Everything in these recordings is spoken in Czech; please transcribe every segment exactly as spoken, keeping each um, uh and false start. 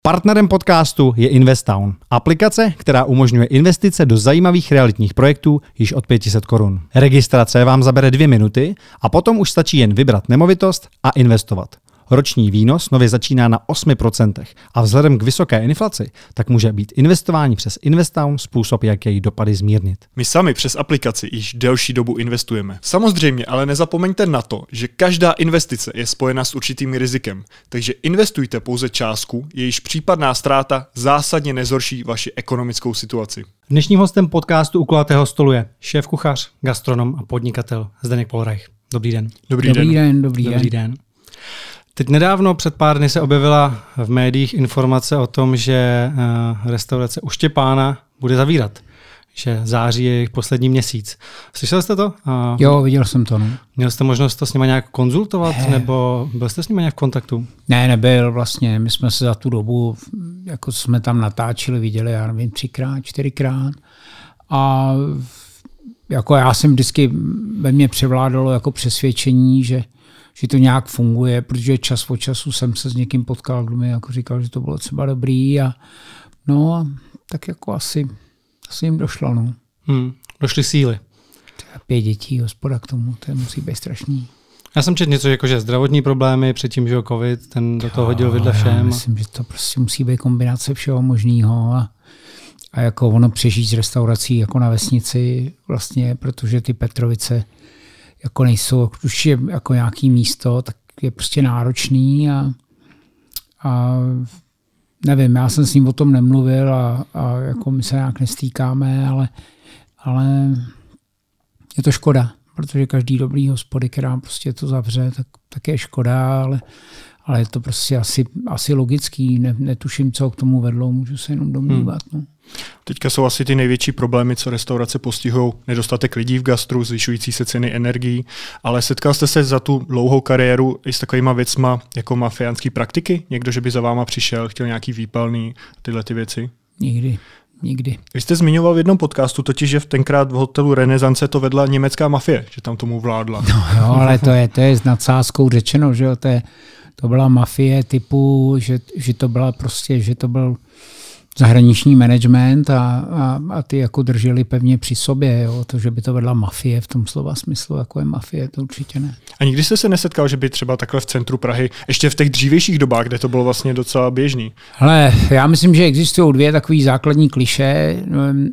Partnerem podcastu je Investown, aplikace, která umožňuje investice do zajímavých realitních projektů již od pět set korun. Registrace vám zabere dvě minuty a potom už stačí jen vybrat nemovitost a investovat. Roční výnos nově začíná na osm procent a vzhledem k vysoké inflaci tak může být investování přes Investown způsob, jak její dopady zmírnit. My sami přes aplikaci již delší dobu investujeme. Samozřejmě ale nezapomeňte na to, že každá investice je spojena s určitým rizikem, takže investujte pouze částku, jejíž případná ztráta zásadně nezhorší vaši ekonomickou situaci. Dnešním hostem podcastu U kulatého stolu je šéfkuchař, gastronom a podnikatel Zdeněk Polreich. Dobrý den. Dobrý, dobrý den. den. Dobrý den. Dobrý den. Teď nedávno před pár dny se objevila v médiích informace o tom, že restaurace U Štěpána bude zavírat, že září je jejich poslední měsíc. Slyšel jste to? Jo, viděl jsem to. No. Měl jste možnost to s nimi nějak konzultovat, ne. nebo byl jste s nimi nějak v kontaktu? Ne, nebyl vlastně. My jsme se za tu dobu, jako jsme tam natáčeli, viděli, já nevím, třikrát, čtyřikrát. A jako já jsem vždycky, ve mně převládalo jako přesvědčení, že že to nějak funguje, protože čas od času jsem se s někým potkal, kdo mi jako říkal, že to bylo třeba dobrý a no a tak jako asi, asi jim došlo. No. Hmm, došly síly. Třeba pět dětí, hospoda k tomu, to musí být strašný. Já jsem četl něco, jako že zdravotní problémy, předtím, že covid, ten do toho hodil vidle všem. Já myslím, že to prostě musí být kombinace všeho možného a, a jako ono přežít z restaurací jako na vesnici vlastně, protože ty Petrovice jako nejsou, už je jako nějaký místo, tak je prostě náročný a, a nevím, já jsem s ním o tom nemluvil a, a jako my se nějak nestýkáme, ale, ale je to škoda, protože každý dobrý hospody, která prostě to zavře, tak, tak je škoda, ale, ale je to prostě asi, asi logický, ne, netuším, co k tomu vedlo, můžu se jenom domnívat. Hmm. No. Teďka jsou asi ty největší problémy, co restaurace postihují, nedostatek lidí v gastru, zvyšující se ceny energií, ale setkal jste se za tu dlouhou kariéru i s takovýma věcma jako mafiánský praktiky? Někdo, že by za váma přišel, chtěl nějaký výpalný, tyhle ty věci? Nikdy. Nikdy. Vy jste zmiňoval v jednom podcastu totiž, že v tenkrát v hotelu Renesance to vedla německá mafie, že tam tomu vládla. No jo, ale to je, to je s nadsázkou řečeno, že jo, to, je, to byla mafie typu, že, že to byla prostě, že to byl zahraniční management a, a, a ty jako drželi pevně při sobě. Jo. To, že by to vedla mafie v tom slova smyslu, jako je mafie, to určitě ne. A nikdy jste se nesetkal, že by třeba takhle v centru Prahy, ještě v těch dřívějších dobách, kde to bylo vlastně docela běžný? Hele, já myslím, že existují dvě takové základní klišé.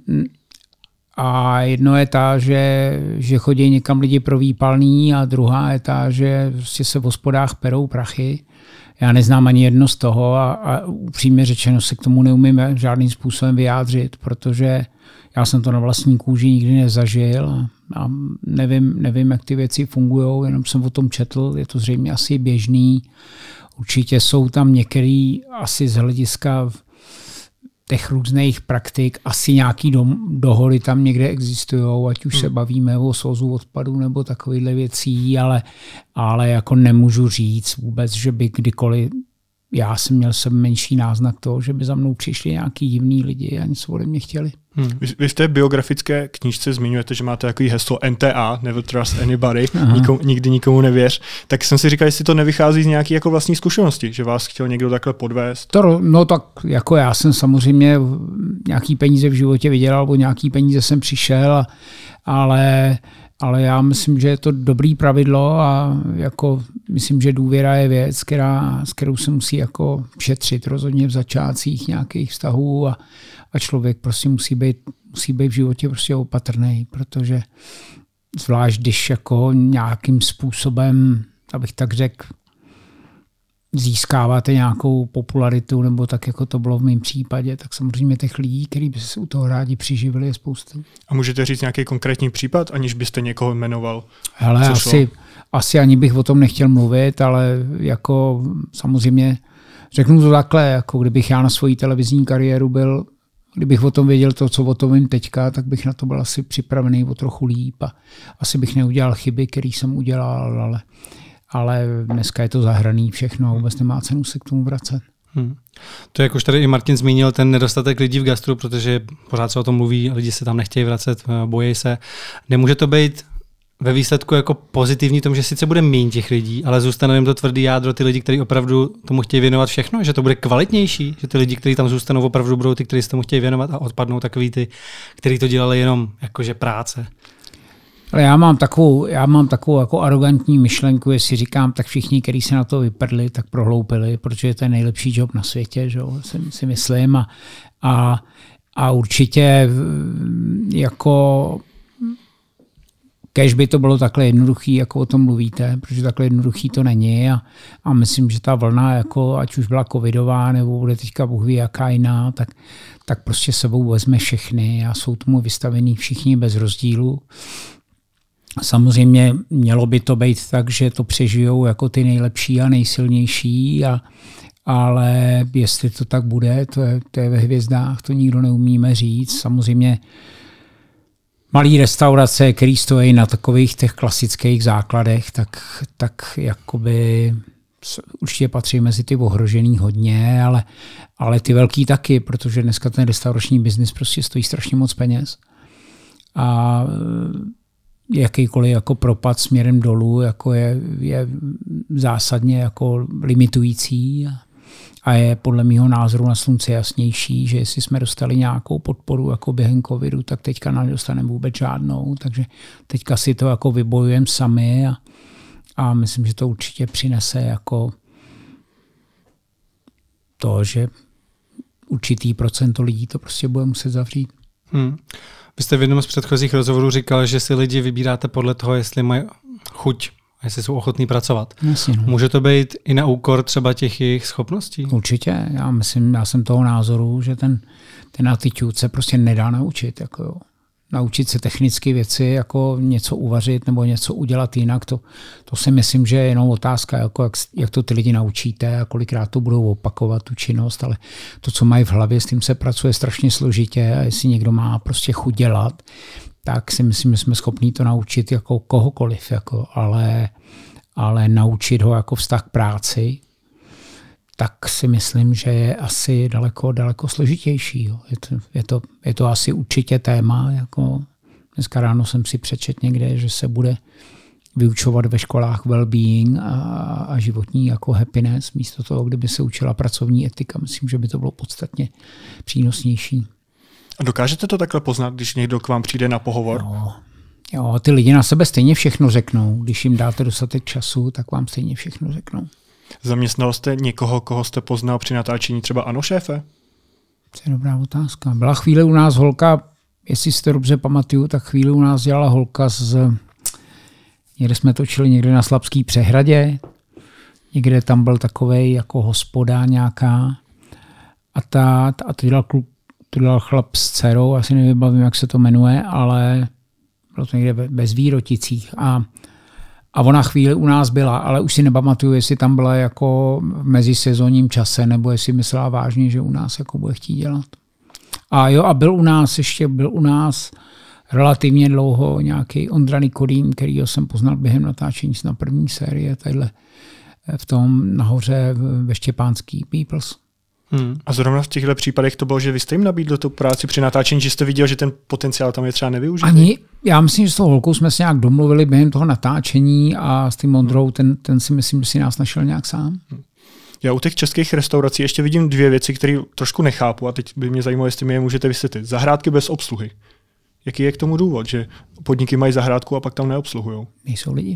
A jedno je ta, že, že chodí někam lidi pro výpalný a druhá je ta, že prostě se v hospodách perou prachy. Já neznám ani jedno z toho a, a upřímně řečeno se k tomu neumím žádným způsobem vyjádřit, protože já jsem to na vlastní kůži nikdy nezažil a, a nevím, nevím, jak ty věci fungují, jenom jsem o tom četl, je to zřejmě asi běžný. Určitě jsou tam některý asi z hlediska těch různých praktik, asi nějaký do, dohody tam někde existují, ať už hmm. se bavíme o svozu odpadů nebo takovýhle věcí, ale, ale jako nemůžu říct vůbec, že by kdykoliv, já jsem měl jsem menší náznak toho, že by za mnou přišli nějaký divný lidi a něco ode mě chtěli. Hmm. Vy, vy v té biografické knížce zmiňujete, že máte takový heslo N T A, Never Trust Anybody, nikomu, nikdy nikomu nevěř. Tak jsem si říkal, jestli to nevychází z nějaké jako vlastní zkušenosti, že vás chtěl někdo takhle podvést. To, no tak jako já jsem samozřejmě nějaký peníze v životě vydělal, o nějaký peníze jsem přišel, a, ale, ale já myslím, že je to dobrý pravidlo a jako myslím, že důvěra je věc, která, s kterou se musí jako šetřit rozhodně v začátcích nějakých vztahů a A člověk prostě musí být, musí být v životě prostě opatrný, protože zvlášť když jako nějakým způsobem, abych tak řekl, získáváte nějakou popularitu, nebo tak, jako to bylo v mém případě, tak samozřejmě těch lidí, kteří by se u toho rádi přiživili, je spoustu. A můžete říct nějaký konkrétní případ, aniž byste někoho jmenoval? Hele, asi, asi ani bych o tom nechtěl mluvit, ale jako samozřejmě řeknu to takhle, jako kdybych já na svoji televizní kariéru byl, kdybych o tom věděl to, co o tom vím teďka, tak bych na to byl asi připravený o trochu líp a asi bych neudělal chyby, které jsem udělal, ale, ale dneska je to zahraný všechno a vůbec nemá cenu se k tomu vracet. Hmm. To jak už tady i Martin zmínil, ten nedostatek lidí v gastru, protože pořád se o tom mluví, lidi se tam nechtějí vracet, bojí se. Nemůže to být ve výsledku jako pozitivní tom, že sice bude méně těch lidí, ale zůstane jim to tvrdý jádro, ty lidi, kteří opravdu tomu chtějí věnovat všechno, že to bude kvalitnější, že ty lidi, kteří tam zůstanou, opravdu budou ty, kteří se tomu chtějí věnovat a odpadnou takový ty, kteří to dělali jenom jakože práce. Ale já mám takovou, já mám takovou jako arrogantní myšlenku, jestli říkám, tak všichni, kteří se na to vyprdli, tak prohloupili, protože to je nejlepší job na světě, že si, si myslím. A, a, a určitě jako kéž by to bylo takhle jednoduchý, jako o tom mluvíte, protože takhle jednoduchý to není. A, a myslím, že ta vlna, jako, ať už byla covidová, nebo bude teďka Bůh ví jaká jiná, tak, tak prostě sebou vezme všechny a jsou tomu vystavení všichni bez rozdílu. Samozřejmě mělo by to být tak, že to přežijou jako ty nejlepší a nejsilnější, a, ale jestli to tak bude, to je, to je ve hvězdách, to nikdo neumíme říct. Samozřejmě malý restaurace, které stojí na takových těch klasických základech, tak, tak jakoby určitě patří mezi ty ohrožený hodně, ale, ale ty velký taky, protože dneska ten restaurační biznis prostě stojí strašně moc peněz. A jakýkoliv jako propad směrem dolů jako je, je zásadně jako limitující a je podle mého názoru na slunce jasnější, že jestli jsme dostali nějakou podporu jako během covidu, tak teďka nedostaneme vůbec žádnou, takže teďka si to jako vybojujeme sami a, a myslím, že to určitě přinese jako to, že určitý procento lidí to prostě bude muset zavřít. Hmm. Vy jste v jednom z předchozích rozhovorů říkal, že si lidi vybíráte podle toho, jestli mají chuť a jestli jsou ochotní pracovat. Jasně, no. Může to být i na úkor třeba těch jejich schopností? Určitě. Já myslím, já jsem toho názoru, že ten, ten attitude se prostě nedá naučit. Jako jo. Naučit se technicky věci, jako něco uvařit nebo něco udělat jinak, to, to si myslím, že je jenom otázka, jako jak, jak to ty lidi naučíte a kolikrát to budou opakovat, tu činnost, ale to, co mají v hlavě, s tím se pracuje strašně složitě a jestli někdo má prostě chuť dělat, tak si myslím, že jsme schopní to naučit jako kohokoliv, jako, ale, ale naučit ho jako vztah k práci, tak si myslím, že je asi daleko, daleko složitější. Jo. Je, to, je, to, je to asi určitě téma. Jako dneska ráno jsem si přečetl někde, že se bude vyučovat ve školách well-being a, a životní jako happiness, místo toho, kdyby se učila pracovní etika. Myslím, že by to bylo podstatně přínosnější. A dokážete to takhle poznat, když někdo k vám přijde na pohovor? Jo. Jo, ty lidi na sebe stejně všechno řeknou. Když jim dáte dostatek času, tak vám stejně všechno řeknou. Zaměstnal jste někoho, koho jste poznal při natáčení třeba Ano šéfe? To je dobrá otázka. Byla chvíli u nás holka, jestli si to dobře pamatuju, tak chvíli u nás dělala holka z... Někde jsme točili někde na Slabský přehradě, někde tam byl takovej jako hospoda nějaká a, ta, a to, dělal klub, to dělal chlap s dcerou, asi nevybavím, jak se to jmenuje, ale bylo to někde ve Zvíroticích a A ona chvíli u nás byla, ale už si nepamatuju, jestli tam byla jako v mezisezónním čase, nebo jestli myslela vážně, že u nás jako bude chtít dělat. A jo, a byl u nás ještě, byl u nás relativně dlouho nějaký Ondra Nikodým, kterýho jsem poznal během natáčení na první série, tadyhle v tom nahoře ve Štěpánský Peoples. Hmm. A zrovna v těchto případech to bylo, že vy jste jim nabídl tu práci při natáčení, že jste viděl, že ten potenciál tam je třeba nevyužitý? Ani, já myslím, že s tou holkou jsme se nějak domluvili během toho natáčení a s tím Ondrou, hmm. ten, ten si myslím, že si nás našel nějak sám. Hmm. Já u těch českých restaurací ještě vidím dvě věci, které trošku nechápu a teď by mě zajímalo, jestli mi je můžete vysvětlit. Zahrádky bez obsluhy. Jaký je k tomu důvod, že podniky mají zahrádku a pak tam neobsluhujou? Nejsou lidi.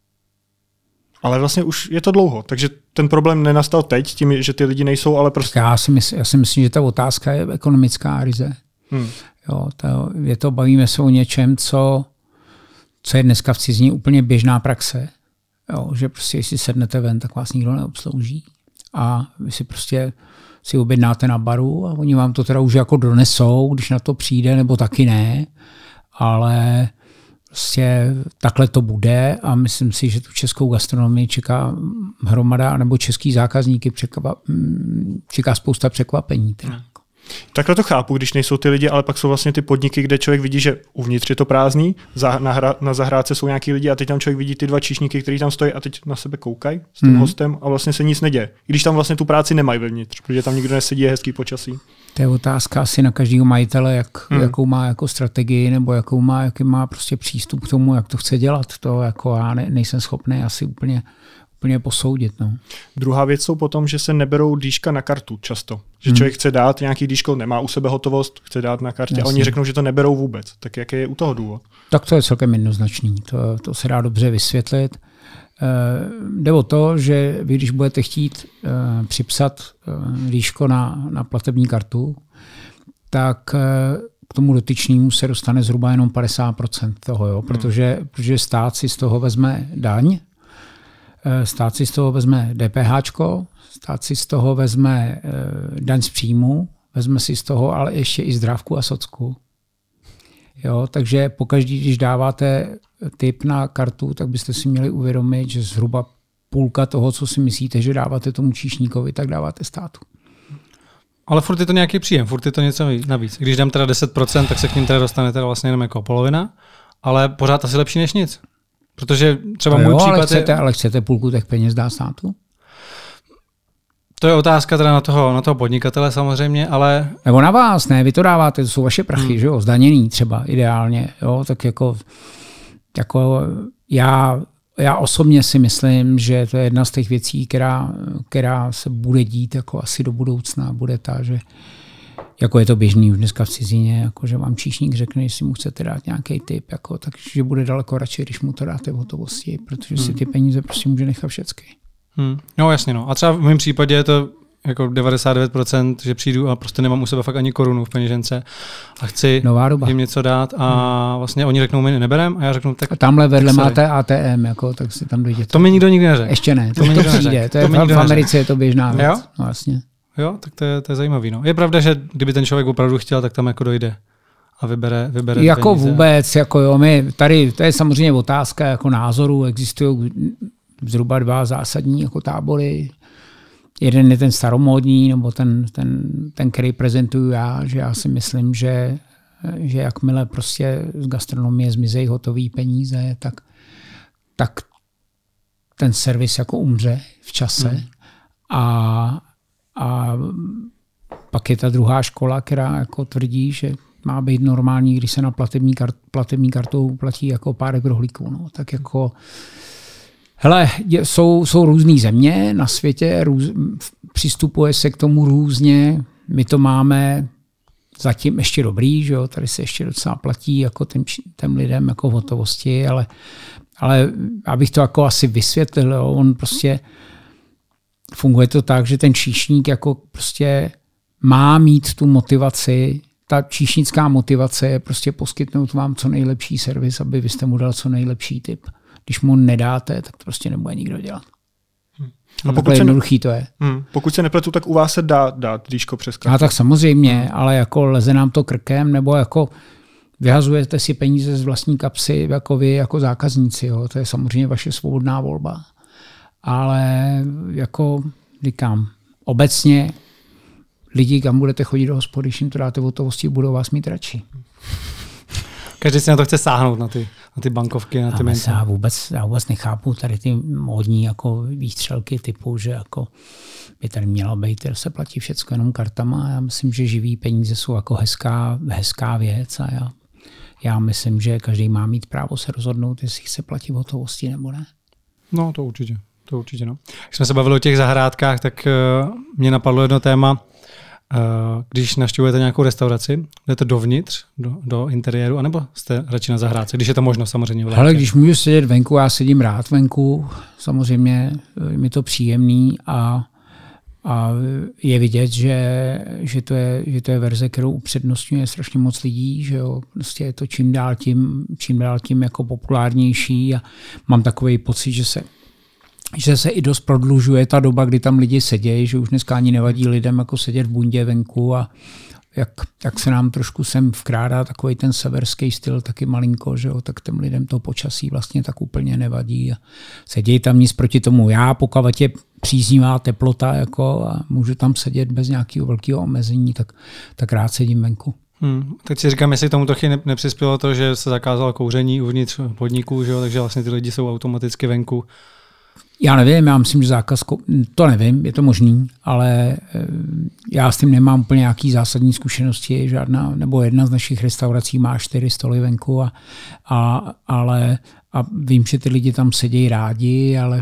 Ale vlastně už je to dlouho, takže ten problém nenastal teď tím, že ty lidi nejsou, ale prostě... Já si, mysl, já si myslím, že ta otázka je ekonomická ryze. Hmm. Jo, to, je to, bavíme se o něčem, co, co je dneska v cizině úplně běžná praxe. Jo, že prostě, jestli sednete ven, tak vás nikdo neobslouží. A vy si prostě si objednáte na baru a oni vám to teda už jako donesou, když na to přijde, nebo taky ne. Ale prostě takhle to bude a myslím si, že tu českou gastronomii čeká hromada, nebo český zákazníky čeká, čeká spousta překvapení. Teda. Takhle to chápu, když nejsou ty lidi, ale pak jsou vlastně ty podniky, kde člověk vidí, že uvnitř je to prázdný, za, na, hra, na zahrádce jsou nějaký lidi a teď tam člověk vidí ty dva číšníky, kteří tam stojí a teď na sebe koukají s tím mm. hostem a vlastně se nic neděje. I když tam vlastně tu práci nemají vevnitř, protože tam nikdo nesedí, je hezký počasí. To je otázka asi na každého majitele, jak, mm. jakou má jako strategii nebo jakou má, jaký má prostě přístup k tomu, jak to chce dělat. To jako já ne, nejsem schopný asi úplně úplně posoudit. No. Druhá věc jsou potom, že se neberou dýška na kartu často. Že hmm. člověk chce dát nějaký dýško, nemá u sebe hotovost, chce dát na kartě. Jasně. A oni řeknou, že to neberou vůbec. Tak jaký je u toho důvod? Tak to je celkem jednoznačný. To, to se dá dobře vysvětlit. E, jde o to, že vy, když budete chtít e, připsat e, dýško na, na platební kartu, tak e, k tomu dotyčnému se dostane zhruba jenom padesát procent toho, jo? Protože, hmm. protože stát si z toho vezme daň, stát si z toho vezme DPHčko, stát si z toho vezme daň z příjmu, vezme si z toho ale ještě i zdrávku a socku. Jo, takže pokaždý, když dáváte tip na kartu, tak byste si měli uvědomit, že zhruba půlka toho, co si myslíte, že dáváte tomu číšníkovi, tak dáváte státu. Ale furt je to nějaký příjem, furt je to něco navíc. Když dám teda deset procent, tak se k ním teda dostane teda vlastně jenom jako polovina, ale pořád asi lepší než nic. Protože třeba no můj jo, případ ale chcete, je... ale chcete půlku těch peněz dát státu? To je otázka teda na toho, na toho podnikatele samozřejmě, ale... Nebo na vás, ne, vy to dáváte, to jsou vaše prachy, hmm. že jo, zdaněný třeba ideálně, jo, tak jako, jako já, já osobně si myslím, že to je jedna z těch věcí, která, která se bude dít jako asi do budoucna, bude ta, že jako je to běžný už dneska v cizině, jako že vám číšník řekne, jestli mu chcete dát nějaký tip, jako, takže bude daleko radši, když mu to dáte v hotovosti, protože hmm. si ty peníze prostě může nechat všecky. Hmm. No jasně, no. A třeba v mém případě je to jako devadesát devět procent, že přijdu a prostě nemám u sebe fakt ani korunu v peněžence a chci jim něco dát a vlastně oni řeknou, my neberem a já řeknu, tak... A tamhle vedle máte A T M, jako, tak si tam dojděte. To mi nikdo nikdy neřekl. Ještě ne, to, to, to přijde, to je to v, v Americe je to běžná věc. Jo? No, vlastně. Jo, tak to je, to je zajímavý. No. Je pravda, že kdyby ten člověk opravdu chtěl, tak tam jako dojde a vybere, vybere jako peníze. Vůbec, jako jo, my tady, to je samozřejmě otázka jako názoru, existují zhruba dva zásadní jako tábory. Jeden je ten staromódní, nebo ten, ten, ten, který prezentuju já, že já si myslím, že, že jakmile prostě z gastronomie zmizejí hotové peníze, tak, tak ten servis jako umře v čase. Hmm. A, a pak je ta druhá škola, která jako tvrdí, že má být normální, když se na platební, kart, platební kartou platí jako párek rohlíků. No. Tak jako hele, jsou, jsou různý země na světě, růz, přistupuje se k tomu různě. My to máme zatím ještě dobrý, že jo? Tady se ještě docela platí jako těm, těm lidem jako v hotovosti, ale, ale abych to jako asi vysvětlil, jo? On prostě funguje to tak, že ten číšník jako prostě má mít tu motivaci. Ta číšnická motivace je prostě poskytnout vám co nejlepší servis, aby vy jste mu dal co nejlepší tip. Když mu nedáte, tak to prostě nebude nikdo dělat. Hmm. A pokud se, jednoduchý to je. Hmm. Pokud se nepletu, tak u vás se dá dát dýško přes kartu. A tak samozřejmě, hmm. ale jako leze nám to krkem, nebo jako vyhazujete si peníze z vlastní kapsy, jako vy jako zákazníci. Jo. To je samozřejmě vaše svobodná volba. Ale jako říkám, obecně lidi, kam budete chodit do hospody, když jim to dáte v hotovosti, budou vás mít radši. Každý si na to chce sáhnout, na ty, na ty bankovky, na ty mince. Já vůbec, já vůbec nechápu tady ty módní jako výstřelky typu, že jako by tady mělo být, že se platí všecko jenom kartama. Já myslím, že živý peníze jsou jako hezká, hezká věc a já, já myslím, že každý má mít právo se rozhodnout, jestli chce platit v hotovosti nebo ne. No to určitě, to určitě. No. Když jsme se bavili o těch zahrádkách, tak uh, mě napadlo jedno téma. Když navštěvujete nějakou restauraci, jdete dovnitř, do, do interiéru, anebo jste radši na zahrádce, když je to možno samozřejmě. Ale když můžu sedět venku, já sedím rád venku, samozřejmě je mi to příjemný a, a je vidět, že, že, to je, že to je verze, kterou upřednostňuje strašně moc lidí, že jo, prostě je to čím dál tím, čím dál tím jako populárnější a mám takový pocit, že se že se i dost prodlužuje ta doba, kdy tam lidi sedějí, že už dneska ani nevadí lidem jako sedět v bundě venku a jak, jak se nám trošku sem vkrádá takový ten severský styl taky malinko, že jo, tak těm lidem to počasí vlastně tak úplně nevadí a sedějí tam nic proti tomu. Já pokud je příznivá teplota jako a můžu tam sedět bez nějakého velkého omezení, tak, tak rád sedím venku. Hmm. Teď si říkám, jestli tomu trochu nepřispělo to, že se zakázalo kouření uvnitř podniků, že jo? Takže vlastně ty lidi jsou automaticky venku. Já nevím, já myslím, že zákaz, to nevím, je to možný, ale já s tím nemám úplně nějaký zásadní zkušenosti, žádná, nebo jedna z našich restaurací má čtyři stoly venku, a, a, ale, a vím, že ty lidi tam sedějí rádi, ale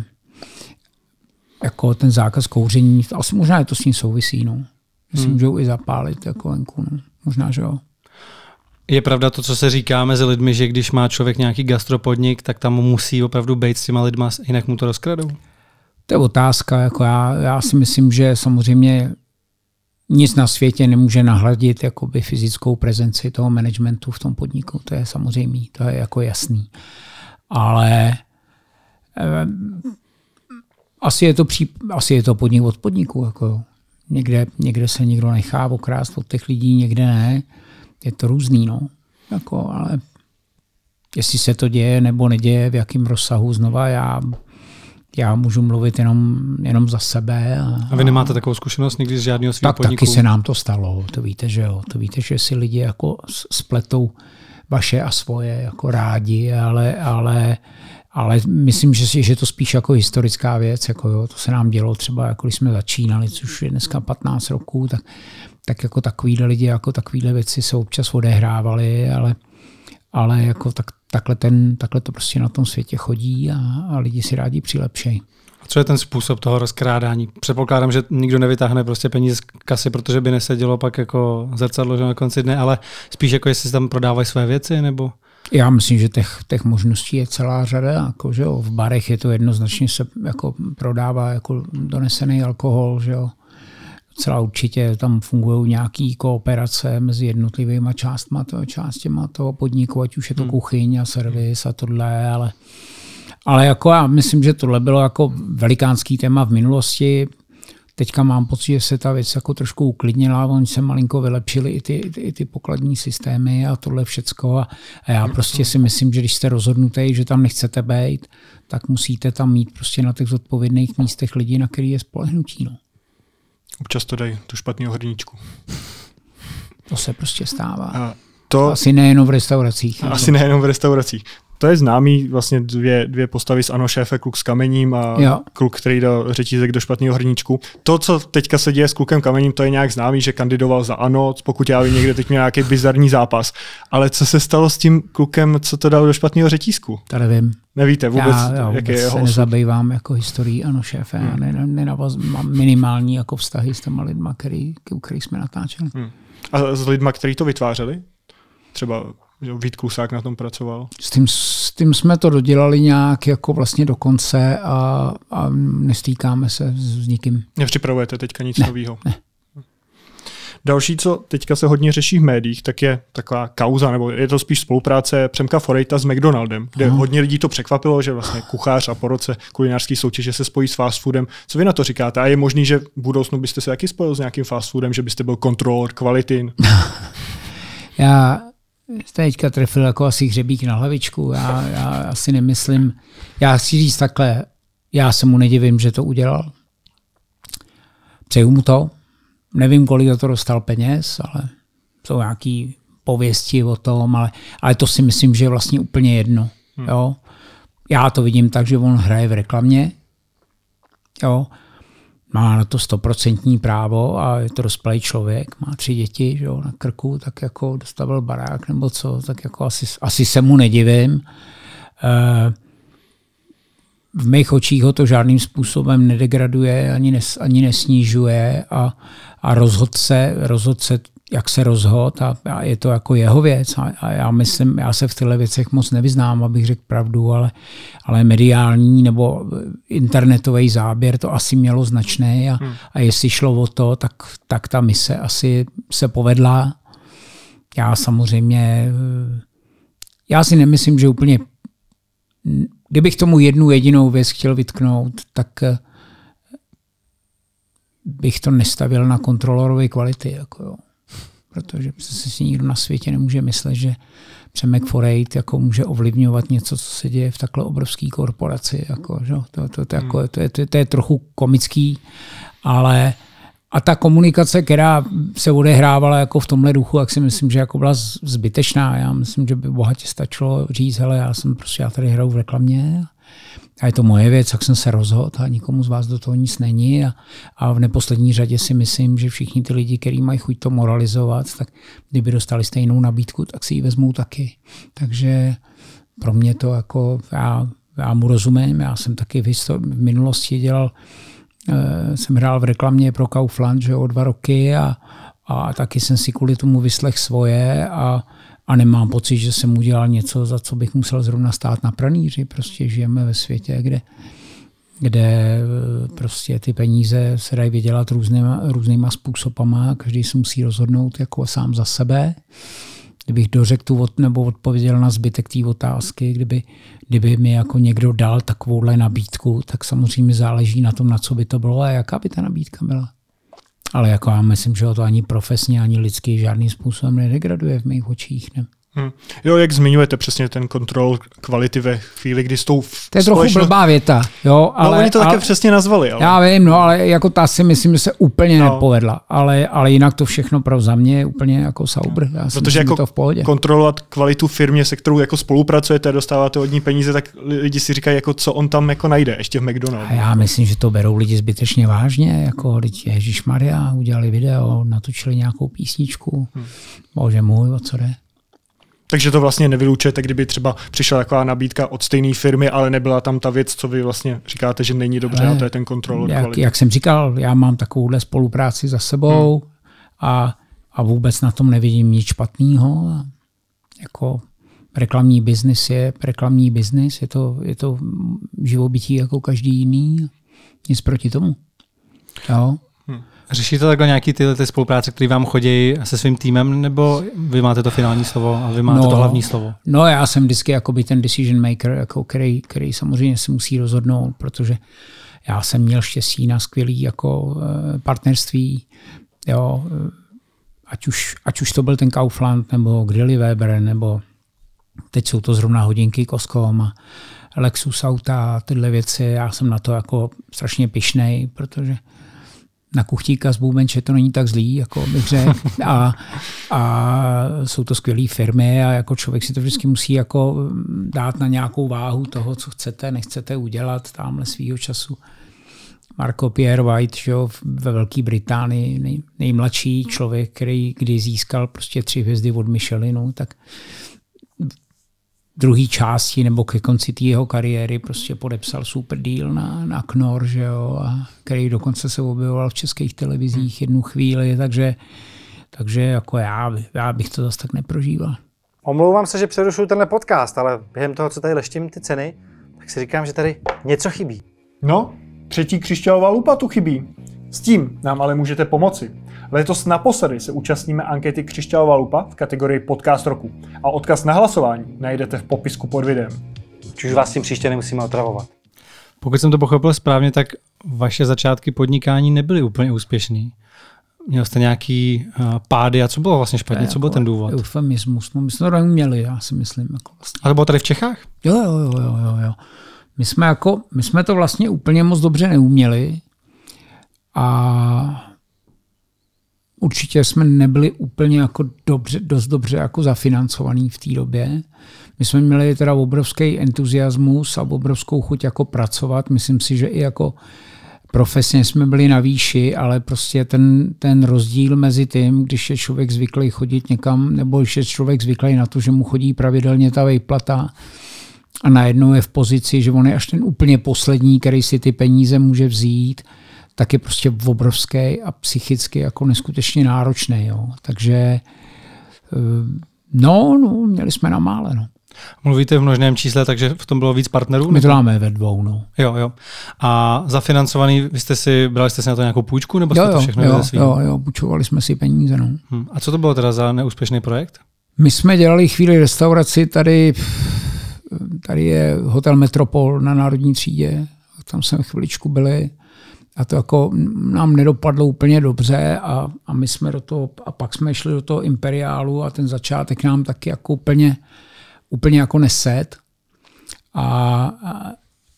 jako ten zákaz kouření, asi možná je to s tím souvisí, no. Že si hmm. můžou i zapálit jako venku, no. Možná, že jo. Je pravda to, co se říká mezi lidmi, že když má člověk nějaký gastropodnik, tak tam musí opravdu být s těma lidma, jinak mu to rozkradou? To je otázka. Jako já, já si myslím, že samozřejmě nic na světě nemůže nahradit jakoby fyzickou prezenci toho managementu v tom podniku. To je samozřejmě, to je jako jasný. Ale eh, asi, je to pří, asi je to podnik od podniku. Jako někde, někde se někdo nechá okrást od těch lidí, někde ne. Je to různý, no. Jako, ale jestli se to děje nebo neděje, v jakém rozsahu, znova já, já můžu mluvit jenom, jenom za sebe. A, a vy nemáte takovou zkušenost nikdy z žádného svého podniku? Tak taky se nám to stalo, to víte, že jo. To víte, že si lidi jako spletou vaše a svoje jako rádi, ale, ale, ale myslím, že, že to spíš jako historická věc. Jako jo, to se nám dělo třeba, jako když jsme začínali, což je dneska patnáct roků, tak tak jako takovýhle lidi, jako takovýhle věci se občas odehrávaly, ale, ale jako tak, takhle, ten, takhle to prostě na tom světě chodí a, a lidi si rádi přilepšejí. A co je ten způsob toho rozkrádání? Předpokládám, že nikdo nevytáhne prostě peníze z kasy, protože by nesedělo pak jako zrcadlo, že na konci dne, ale spíš jako jestli tam prodávají své věci, nebo... Já myslím, že těch, těch možností je celá řada. Jako, že jo, v barech je to jednoznačně se jako prodává jako donesený alkohol, že jo. Celá určitě tam fungují nějaké kooperace mezi jednotlivými částma toho, částěma toho podniku, ať už je to hmm. kuchyň a servis a tohle, ale, ale jako já myslím, že tohle bylo jako velikánský téma v minulosti. Teďka mám pocit, že se ta věc jako trošku uklidnila, oni se malinko vylepšili i ty, i ty pokladní systémy a tohle všecko a, a já prostě si myslím, že když jste rozhodnutý, že tam nechcete být, tak musíte tam mít prostě na těch zodpovědných místech lidi, na který je spolehnutí, no. Občas to dají tu špatnou hrníčku. To se prostě stává. A to, asi nejenom v restauracích. Asi nebo... nejenom v restauracích. To je známý vlastně dvě, dvě postavy z Ano šéfe, kluk s kamením a jo. kluk, který dal řetízek do špatného hrníčku. To, co teďka se děje s klukem kamením, to je nějak známý, že kandidoval za Ano, pokud já vím, někde teď měl nějaký bizarní zápas. Ale co se stalo s tím klukem, co to dal do špatného řetízku? To nevím. Nevíte vůbec, já, já jaký je jeho se osud? Nezabývám jako historií Ano šéfe. Hmm. Já ne, nenavaz, mám minimální jako vztahy s těma lidma, který, který jsme natáčeli. Hmm. A s lidma, kteří to vytvářeli? Třeba Vít Klusák na tom pracoval? S tím, s tím jsme to dodělali nějak jako vlastně do konce a, a nestýkáme se s nikým. Nepřipravujete teďka nic ne, nového? Ne. Další, co teďka se hodně řeší v médiích, tak je taková kauza, nebo je to spíš spolupráce Přemka Forejta s McDonaldem, kde Aha. hodně lidí to překvapilo, že vlastně kuchař a po roce kulinářský soutěže se spojí s fast foodem. Co vy na to říkáte? A je možný, že v budoucnu byste se taky spojil s nějakým fast foodem, že byste byl kontrolor kvality? Já jste teďka trefil jako asi hřebík na hlavičku. Já, já asi nemyslím. Já chci říct takhle, já se mu nedivím, že to udělal. Přeju mu to. Nevím, kolik za to dostal peněz, ale jsou nějaký pověsti o tom, ale, ale to si myslím, že je vlastně úplně jedno. Hmm. Jo? Já to vidím tak, že on hraje v reklamě, jo? Má na to stoprocentní právo a je to dospělý člověk, má tři děti, že jo, na krku, tak jako dostavil barák nebo co, tak jako asi, asi se mu nedivím. E, v mých očích ho to žádným způsobem nedegraduje, ani, nes, ani nesnižuje a, a rozhod se, rozhod se, jak se rozhod a, a je to jako jeho věc. A, a já myslím, já se v těchto věcech moc nevyznám, abych řekl pravdu, ale, ale mediální nebo internetový záběr to asi mělo značné a, hmm. a jestli šlo o to, tak, tak ta mise asi se povedla. Já samozřejmě, já si nemyslím, že úplně kdybych tomu jednu jedinou věc chtěl vytknout, tak bych to nestavil na kontrolorové kvality. Jako jo. protože se si nikdo na světě nemůže myslet, že Přemek Forejt jako může ovlivňovat něco, co se děje v takhle obrovské korporaci. Jako, že? To, to, to, jako, to, je, to, to je trochu komický, ale a ta komunikace, která se odehrávala jako v tomhle duchu, tak si myslím, že jako byla zbytečná. Já myslím, že by bohatě stačilo říct, hele, já jsem prostě, já tady hraju v reklamě a je to moje věc, jak jsem se rozhodl a nikomu z vás do toho nic není. A, a v neposlední řadě si myslím, že všichni ty lidi, kteří mají chuť to moralizovat, tak kdyby dostali stejnou nabídku, tak si ji vezmou taky. Takže pro mě to jako, já, já mu rozumím, já jsem taky v, histori- v minulosti dělal, uh, jsem hrál v reklamě pro Kaufland, že o dva roky a, a taky jsem si kvůli tomu vyslech svoje a A nemám pocit, že jsem udělal něco, za co bych musel zrovna stát na pranýři. Prostě žijeme ve světě, kde, kde prostě ty peníze se dají vydělat různýma, různýma způsobama. Každý se musí rozhodnout jako sám za sebe. Kdybych dořekl tu nebo odpověděl na zbytek té otázky, kdyby, kdyby mi jako někdo dal takovouhle nabídku, tak samozřejmě záleží na tom, na co by to bylo a jaká by ta nabídka byla. Ale jako já myslím, že to ani profesně, ani lidsky žádným způsobem nedegraduje v mých očích. Ne? Hmm. Jo, jak zmiňujete přesně ten kontrol kvality ve chvíli, kdy s tou To je trochu společnost... blbá věta. Jo, ale, no, oni to ale, také přesně nazvali. Ale... Já vím, no, ale jako ta si myslím, že se úplně no. nepovedla. Ale, ale jinak to všechno pro za mě je úplně jako saubr. Já si Protože myslím, jako to v pohodě. Kontrolovat kvalitu firmě, se kterou jako spolupracujete, dostáváte od ní peníze, tak lidi si říkají, jako, co on tam jako najde, ještě v McDonald's. A já myslím, že to berou lidi zbytečně vážně. Jako Ježišmarja, udělali video, natočili nějakou písničku. Hmm. Bože můj, o co jde? Takže to vlastně nevylučujete, kdyby třeba přišla taková nabídka od stejné firmy, ale nebyla tam ta věc, co vy vlastně říkáte, že není dobře, ale a to je ten kontrol jak, kvality. Jak jsem říkal, já mám takovouhle spolupráci za sebou hmm. a, a vůbec na tom nevidím nic špatného. Jako reklamní biznis je reklamní biznis, je to, je to živobytí jako každý jiný. Nic proti tomu. Jo. Hmm. Řešíte takhle nějaký tyhle ty spolupráce, které vám chodí se svým týmem, nebo vy máte to finální slovo a vy máte no, to hlavní slovo? No já jsem vždycky jakoby ten decision maker, jako který, který samozřejmě se musí rozhodnout, protože já jsem měl štěstí na skvělý jako partnerství. Jo, ať, už, ať už to byl ten Kaufland, nebo Grilly Weber, nebo teď jsou to zrovna hodinky Coscom a Lexus auta, tyhle věci. Já jsem na to jako strašně pyšnej, protože na kuchtíka z Bůbenče to není tak zlý, jako bych řekl. A, a jsou to skvělé firmy a jako člověk si to vždycky musí jako dát na nějakou váhu toho, co chcete, nechcete udělat tamhle svýho času. Marco Pierre White, že jo, ve Velké Británii, nej, nejmladší člověk, který kdy získal prostě tři hvězdy od Michelinu, tak druhé části nebo ke konci té jeho kariéry prostě podepsal super deal na, na Knorr, že jo, a který dokonce se objevoval v českých televizích jednu chvíli, takže, takže jako já, já bych to zase tak neprožíval. Omlouvám se, že přerušuju tenhle podcast, ale během toho, co tady leštím ty ceny, tak si říkám, že tady něco chybí. No, třetí křišťálová lupa tu chybí. S tím nám ale můžete pomoci. Letos naposledy se účastníme ankety Křišťálová lupa v kategorii Podcast roku a odkaz na hlasování najdete v popisku pod videem. Čiž vás tím příště nemusíme otravovat. Pokud jsem to pochopil správně, tak vaše začátky podnikání nebyly úplně úspěšný. Měl jste nějaký uh, pády a co bylo vlastně špatně? Co byl ten důvod? Eufemismus. No, my jsme to neuměli, já si myslím. Jako vlastně. A to bylo tady v Čechách? Jo, jo, jo, jo, jo. My jsme, jako, my jsme to vlastně úplně moc dobře neuměli a určitě jsme nebyli úplně jako dobře, dost dobře jako zafinancovaný v té době. My jsme měli teda obrovský entuziasmus a obrovskou chuť jako pracovat. Myslím si, že i jako profesně jsme byli na výši, ale prostě ten, ten rozdíl mezi tím, když je člověk zvyklý chodit někam, nebo když je člověk zvyklý na to, že mu chodí pravidelně ta výplata a najednou je v pozici, že on je až ten úplně poslední, který si ty peníze může vzít, tak je prostě obrovský a psychicky jako neskutečně náročný. Jo. Takže no, no, měli jsme na mále. No. Mluvíte v množném čísle, takže v tom bylo víc partnerů? My to máme ve dvou. No. Jo, jo. A zafinancovaný, vy jste si, brali jste si na to nějakou půjčku, nebo jste jo, to všechno jo, ze svým? Jo, jo, půjčovali jsme si peníze. No. Hmm. A co to bylo teda za neúspěšný projekt? My jsme dělali chvíli restauraci, tady, tady je hotel Metropol na Národní třídě, tam jsme chviličku byli A to jako nám nedopadlo úplně dobře a, a my jsme do toho, a pak jsme šli do toho Imperiálu a ten začátek nám taky jako úplně, úplně jako neset. A, a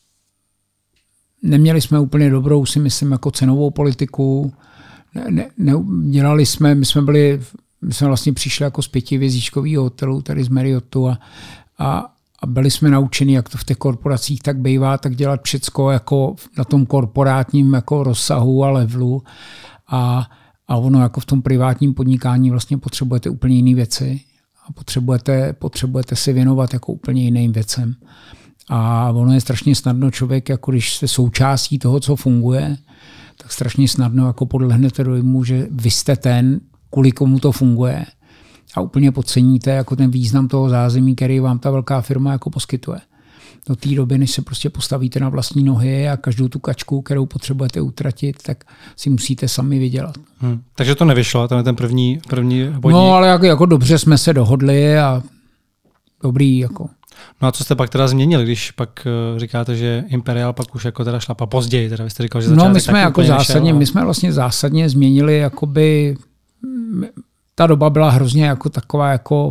neměli jsme úplně dobrou, si myslím, jako cenovou politiku. Ne, ne, ne, dělali jsme, my jsme byli, my jsme vlastně přišli jako z pětivězíčkového hotelu, tady z Marriottu a, a A byli jsme naučeni, jak to v těch korporacích tak bývá, tak dělat všecko jako na tom korporátním jako rozsahu a levelu. A, a ono jako v tom privátním podnikání vlastně potřebujete úplně jiné věci. A potřebujete, potřebujete se věnovat jako úplně jiným věcem. A ono je strašně snadno člověk, jako když jste součástí toho, co funguje, tak strašně snadno jako podlehnete dojmu, že vy jste ten, kvůli komu to funguje. A úplně podceníte jako ten význam toho zázemí, který vám ta velká firma jako poskytuje. Do té doby, než se prostě postavíte na vlastní nohy a každou tu kačku, kterou potřebujete utratit, tak si musíte sami vydělat. Hmm. Takže to nevyšlo, ten ten první, první podnik. No, ale jako, jako dobře jsme se dohodli a dobrý jako. No a co jste pak teda změnili, když pak uh, říkáte, že Imperial pak už jako teda šlapa později, teda vy jste říkal, že začátek No, my jsme jako zásadně, nešel, my jsme vlastně zásadně změnili jakoby ta doba byla hrozně jako taková jako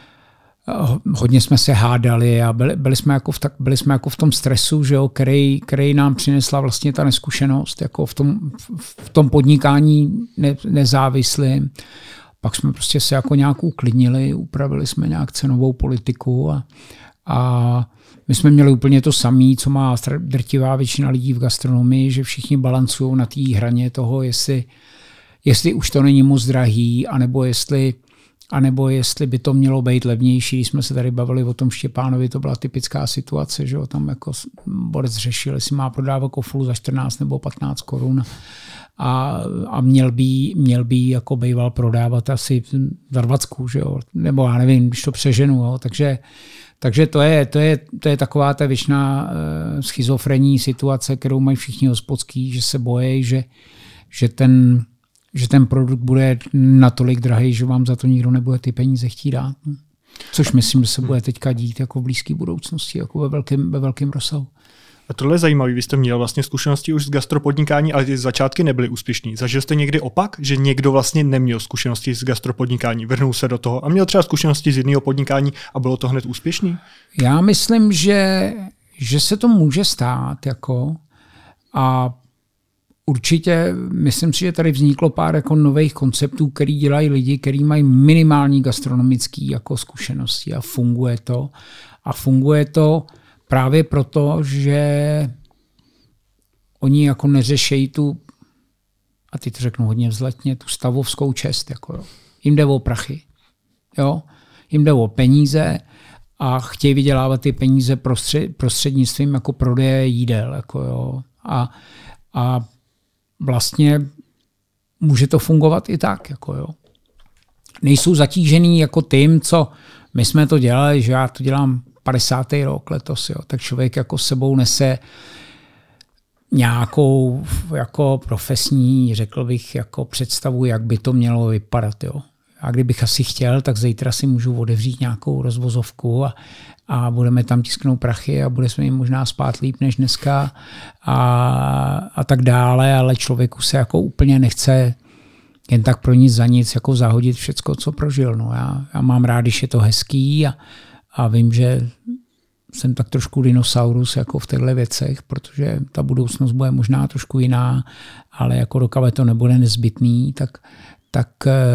hodně jsme se hádali a byli, byli, jsme, jako v, tak, byli jsme jako v tom stresu, že jo, který, který nám přinesla vlastně ta neskušenost jako v tom, v tom podnikání ne, nezávislým. Pak jsme prostě se jako nějak uklidnili, upravili jsme nějak cenovou politiku a, a my jsme měli úplně to samé, co má drtivá většina lidí v gastronomii, že všichni balancují na té hraně toho, jestli jestli už to není moc drahý, anebo jestli, anebo jestli by to mělo být levnější. Když jsme se tady bavili o tom Štěpánovi, to byla typická situace, že tam jako borec řešil, jestli má prodávat kofolu za čtrnáct nebo patnáct korun a, a měl by, měl by jako býval prodávat asi za dvacet, že jo? Nebo já nevím, když to přeženu. Jo? Takže, takže to, je, to, je, to je taková ta věčná uh, schizofrenní situace, kterou mají všichni hospodský, že se bojí, že, že ten že ten produkt bude natolik drahý, že vám za to nikdo nebude ty peníze chtít dát. Což myslím, že se bude teďka dít jako v blízké budoucnosti, jako ve velkém, ve velkém rozsahu. A tohle je zajímavé, vy jste měl vlastně zkušenosti už z gastropodnikání, ale ty začátky nebyly úspěšný. Zažil jste někdy opak, že někdo vlastně neměl zkušenosti z gastropodnikání, vrhnul se do toho a měl třeba zkušenosti z jiného podnikání a bylo to hned úspěšný? Já myslím, že, že se to může stát jako a určitě, myslím si, že tady vzniklo pár jako nových konceptů, který dělají lidi, kteří mají minimální gastronomické jako zkušenosti a funguje to. A funguje to právě proto, že oni jako neřešejí tu, a teď to řeknu hodně vzletně, tu stavovskou čest. Jako jo. Jim jde o prachy. Jo? Jim jde o peníze a chtějí vydělávat ty peníze prostřed, prostřednictvím jako prodeje jídel. Jako jo. A, a vlastně může to fungovat i tak. Jako jo. Nejsou zatížený jako tím, co my jsme to dělali, že já to dělám padesátý rok letos, jo. Tak člověk jako sebou nese nějakou jako profesní, řekl bych, jako představu, jak by to mělo vypadat. Jo. A kdybych asi chtěl, tak zítra si můžu otevřít nějakou rozvozovku a, a budeme tam tisknout prachy a bude se mi možná spát líp než dneska a, a tak dále, ale člověku se jako úplně nechce jen tak pro nic za nic jako zahodit všecko, co prožil. No, já, já mám rád, když je to hezký a, a vím, že jsem tak trošku dinosaurus jako v těchto věcech, protože ta budoucnost bude možná trošku jiná, ale jako dokud to nebude nezbytný, tak, tak,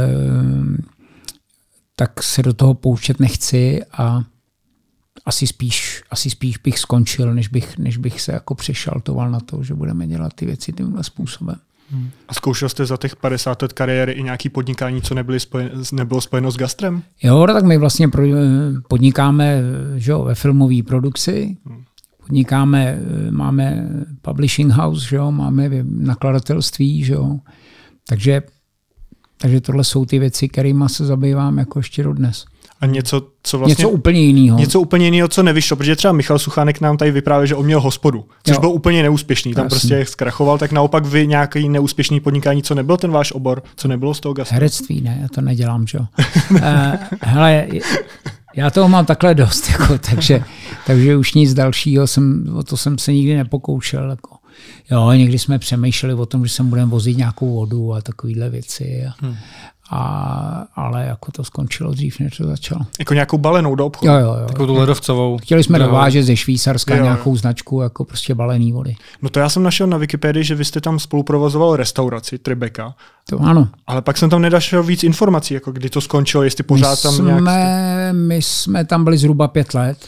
tak se do toho pouštět nechci a asi spíš, asi spíš bych skončil, než bych, než bych se jako přešaltoval na to, že budeme dělat ty věci tímhle způsobem. Hmm. A zkoušel jste za těch padesát let kariéry i nějaké podnikání, co nebyly spojen, nebylo spojeno s gastrem? Jo, tak my vlastně podnikáme, že jo, ve filmové produkci, hmm. podnikáme, máme publishing house, že jo, máme nakladatelství, že jo. Takže, takže tohle jsou ty věci, kterými se zabývám jako ještě dodnes. A něco, co vlastně, něco úplně jiného. Něco úplně jiného, co nevyšlo, protože třeba Michal Suchánek nám tady vyprávěl, že on měl hospodu, což jo. Byl úplně neúspěšný. Tam Jasný. Prostě zkrachoval, tak naopak vy nějaký neúspěšný podnikání, co nebyl ten váš obor, co nebylo z toho gastra? Herectví, ne, já to nedělám, že jo. uh, hele, já toho mám takhle dost, jako, takže, takže už nic dalšího, jsem, o to jsem se nikdy nepokoušel. Jako. Jo, někdy jsme přemýšleli o tom, že sem budeme vozit nějakou vodu a takovéhle věci. A, hmm. a, ale jako to skončilo dřív, než to začalo. Jako nějakou balenou do obchodu? Jo, jo, jo. Takovou tu ledovcovou. Chtěli jsme drahou. dovážet ze Švýcarska jo, nějakou jo. značku jako prostě balený vody. No to já jsem našel na Wikipedii, že vy jste tam spoluprovozoval restauraci Tribeca. To ano. Ale pak jsem tam nedašel víc informací, jako kdy to skončilo, jestli pořád my tam jsme, nějak... My jsme tam byli zhruba pět let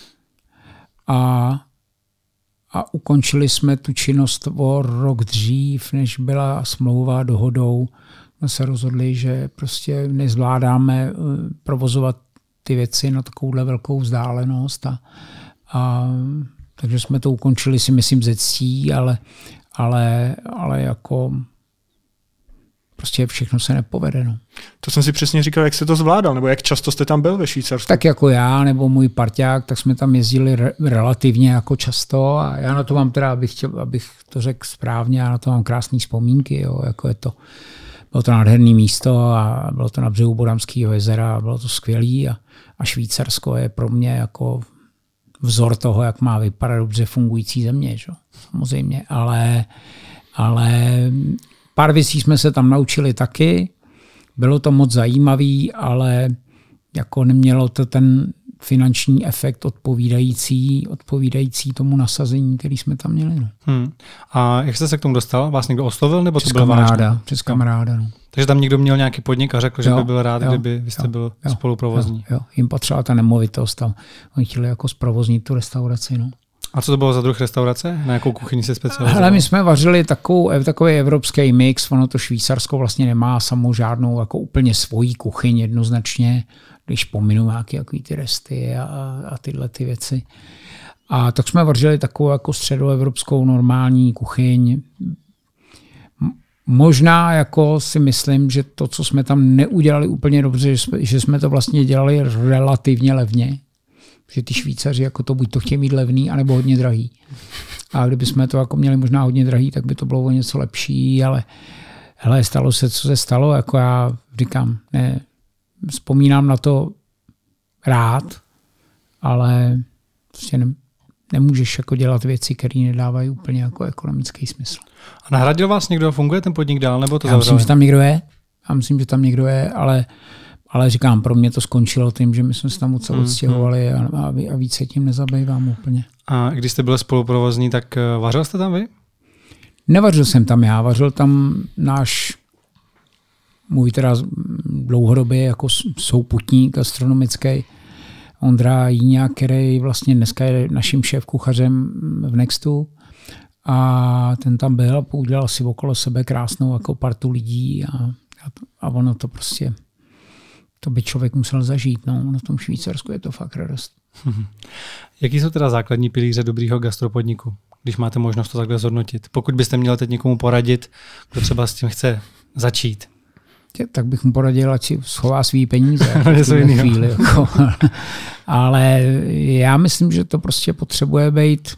a, a ukončili jsme tu činnost o rok dřív, než byla smlouva dohodou. Jsme se rozhodli, že prostě nezvládáme provozovat ty věci na takovouhle velkou vzdálenost. A, a, takže jsme to ukončili, si myslím, ze ctí, ale, ale, ale jako prostě všechno se nepovede. No. To jsem si přesně říkal, jak jste to zvládal, nebo jak často jste tam byl ve Švýcarsku? Tak jako já nebo můj parťák, tak jsme tam jezdili re- relativně jako často a já na to mám teda, abych, chtěl, abych to řekl správně, já na to mám krásné vzpomínky, jo, jako je to, bylo to nádherné místo a bylo to na břehu Bodamského jezera a bylo to skvělý a, a Švýcarsko je pro mě jako vzor toho, jak má vypadat dobře fungující země, že? Samozřejmě, ale, ale pár věcí jsme se tam naučili taky, bylo to moc zajímavý, ale jako nemělo to ten finanční efekt odpovídající, odpovídající tomu nasazení, který jsme tam měli. No. Hmm. A jak jste se k tomu dostal? Vás někdo oslovil? Nebo přes to byl kamaráda. vážný? Přes kamaráda, no. Takže tam někdo měl nějaký podnik a řekl, že jo, by byl rád, jo, kdyby vy jste jo, byl jo, spoluprovozní. Jo, jo. Jim potřeba ta nemovitost a oni chtěli jako zprovoznit tu restauraci. No. A co to bylo za druh restaurace? Na jakou kuchyni se specializoval? Hele, my jsme vařili takovou, takový evropský mix, ono to Švýcarsko vlastně nemá samou žádnou jako úplně svoji kuchyň jednoznačně, když pominu nějaké ty resty a, a tyhle ty věci. A tak jsme vařili takovou jako středoevropskou normální kuchyň. Možná jako si myslím, že to, co jsme tam neudělali úplně dobře, že jsme, že jsme to vlastně dělali relativně levně. Že ty Švýcaři jako to buď to chtějí mít levný, anebo hodně drahý. A kdyby jsme to jako měli možná hodně drahý, tak by to bylo o něco lepší, ale hele, stalo se, co se stalo, jako já říkám, ne, vzpomínám na to rád, ale prostě ne, nemůžeš jako dělat věci, které nedávají úplně jako ekonomický smysl. A nahradil vás někdo? Funguje ten podnik dál, nebo to já zavřeli? myslím, že tam někdo je. Já myslím, že tam někdo je, ale Ale říkám, pro mě to skončilo tím, že my jsme se tam moc odstěhovali a, a, a víc se tím nezabývám úplně. A když jste byl spoluprovozní, tak vařil jste tam vy? Nevařil jsem tam já, vařil tam náš můj teda dlouhodobě jako souputník gastronomický Ondra Jíňák, který vlastně dneska je naším šéfkuchařem v Nextu. A ten tam byl a udělal si okolo sebe krásnou jako partu lidí a, a ono to prostě to by člověk musel zažít. No. Na tom Švýcarsku je to fakt radost. Hmm. Jaký jsou teda základní pilíře dobrýho gastropodniku, když máte možnost to takhle zhodnotit? Pokud byste měli teď někomu poradit, kdo třeba s tím chce začít. Tak bych mu poradil, ať si schová svý peníze. chvíli, jako. Ale já myslím, že to prostě potřebuje být.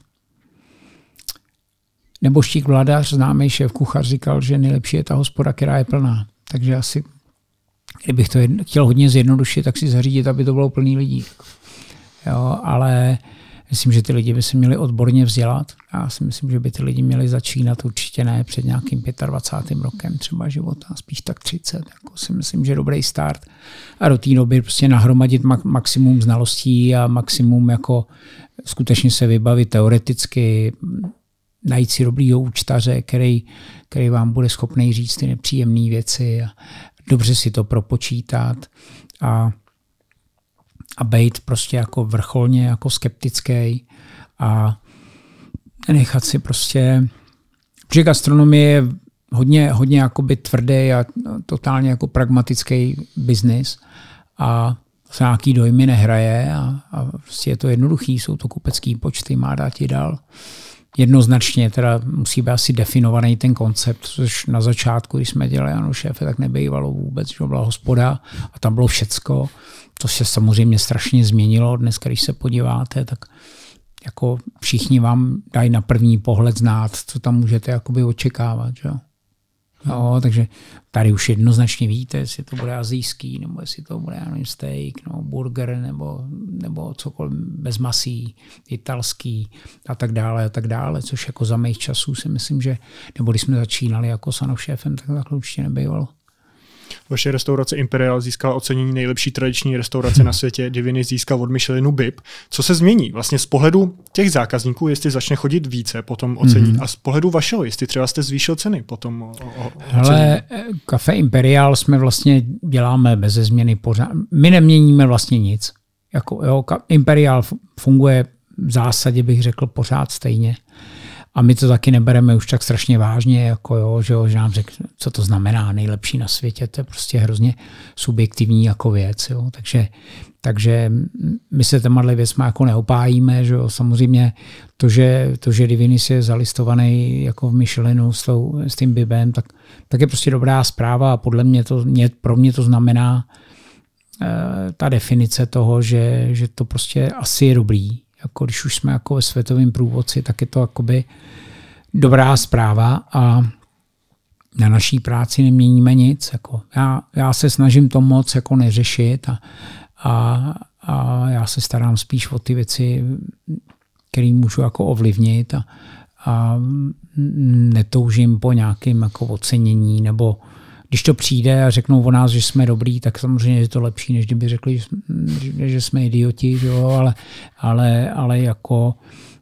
Neboštík Vladař, známý šéf kuchař, říkal, že nejlepší je ta hospoda, která je plná. Takže asi kdybych to chtěl hodně zjednodušit, tak si zařídit, aby to bylo plný lidí. Jo, ale myslím, že ty lidi by se měli odborně vzdělat. Já si myslím, že by ty lidi měli začínat určitě ne před nějakým dvacátým pátým rokem třeba života, spíš tak třicet. Jako si myslím, že dobrý start. A do té doby prostě nahromadit maximum znalostí a maximum jako skutečně se vybavit teoreticky, najít si dobrýho účtaře, který, který vám bude schopný říct ty nepříjemné věci a dobře si to propočítat a, a být prostě jako vrcholně jako skeptický a nechat si prostě, protože gastronomie je hodně, hodně jakoby tvrdý a totálně jako pragmatický biznis a se nějaký dojmy nehraje a, a prostě je to jednoduchý, jsou to kupecký počty, má dát ti dál. Jednoznačně teda musí být asi definovaný ten koncept, což na začátku, když jsme dělali Ano šéfe, tak nebejvalo vůbec, že byla hospoda a tam bylo všecko. To se samozřejmě strašně změnilo. Dnes, když se podíváte, tak jako všichni vám dají na první pohled znát, co tam můžete jakoby očekávat. Že? No, takže tady už jednoznačně víte, jestli to bude asijský, nebo jestli to bude nevím, steak, no, burger, nebo, nebo cokoliv bez masí, italský a tak dále a tak dále, což jako za mých časů si myslím, že, nebo když jsme začínali jako s Anou šéfem, tak takhle určitě nebývalo. Vaše restaurace Imperial získala ocenění nejlepší tradiční restaurace na světě, Diviny získal od Michelinu B I P. Co se změní vlastně z pohledu těch zákazníků, jestli začne chodit více po tom ocení, mm-hmm. a z pohledu vašeho, jestli třeba jste zvýšil ceny po tom ocení? Hele, kafe Imperial jsme vlastně děláme beze změny pořád. My neměníme vlastně nic. Jako, jo, Imperial funguje v zásadě, bych řekl, pořád stejně. A my to taky nebereme už tak strašně vážně, jako jo, že, jo, že nám řekne, co to znamená nejlepší na světě. To je prostě hrozně subjektivní jako věc. Jo. Takže, takže my se těmahle věcma jako neopájíme. Že jo. Samozřejmě to, že, to, že Divinis je zalistovaný jako v Michelinu s, tou, s tím bibem, tak, tak je prostě dobrá zpráva a podle mě to, mě, pro mě to znamená eh, ta definice toho, že, že to prostě asi je dobrý. Jako když už jsme jako ve světovém průvodci, tak je to jakoby dobrá zpráva a na naší práci neměníme nic. Jako já, já se snažím to moc jako neřešit a, a, a já se starám spíš o ty věci, které můžu jako ovlivnit a, a netoužím po nějakém jako ocenění, nebo když to přijde a řeknou o nás, že jsme dobrý, tak samozřejmě je to lepší, než kdyby řekli, že jsme idioti, že jo? Ale, ale, ale jako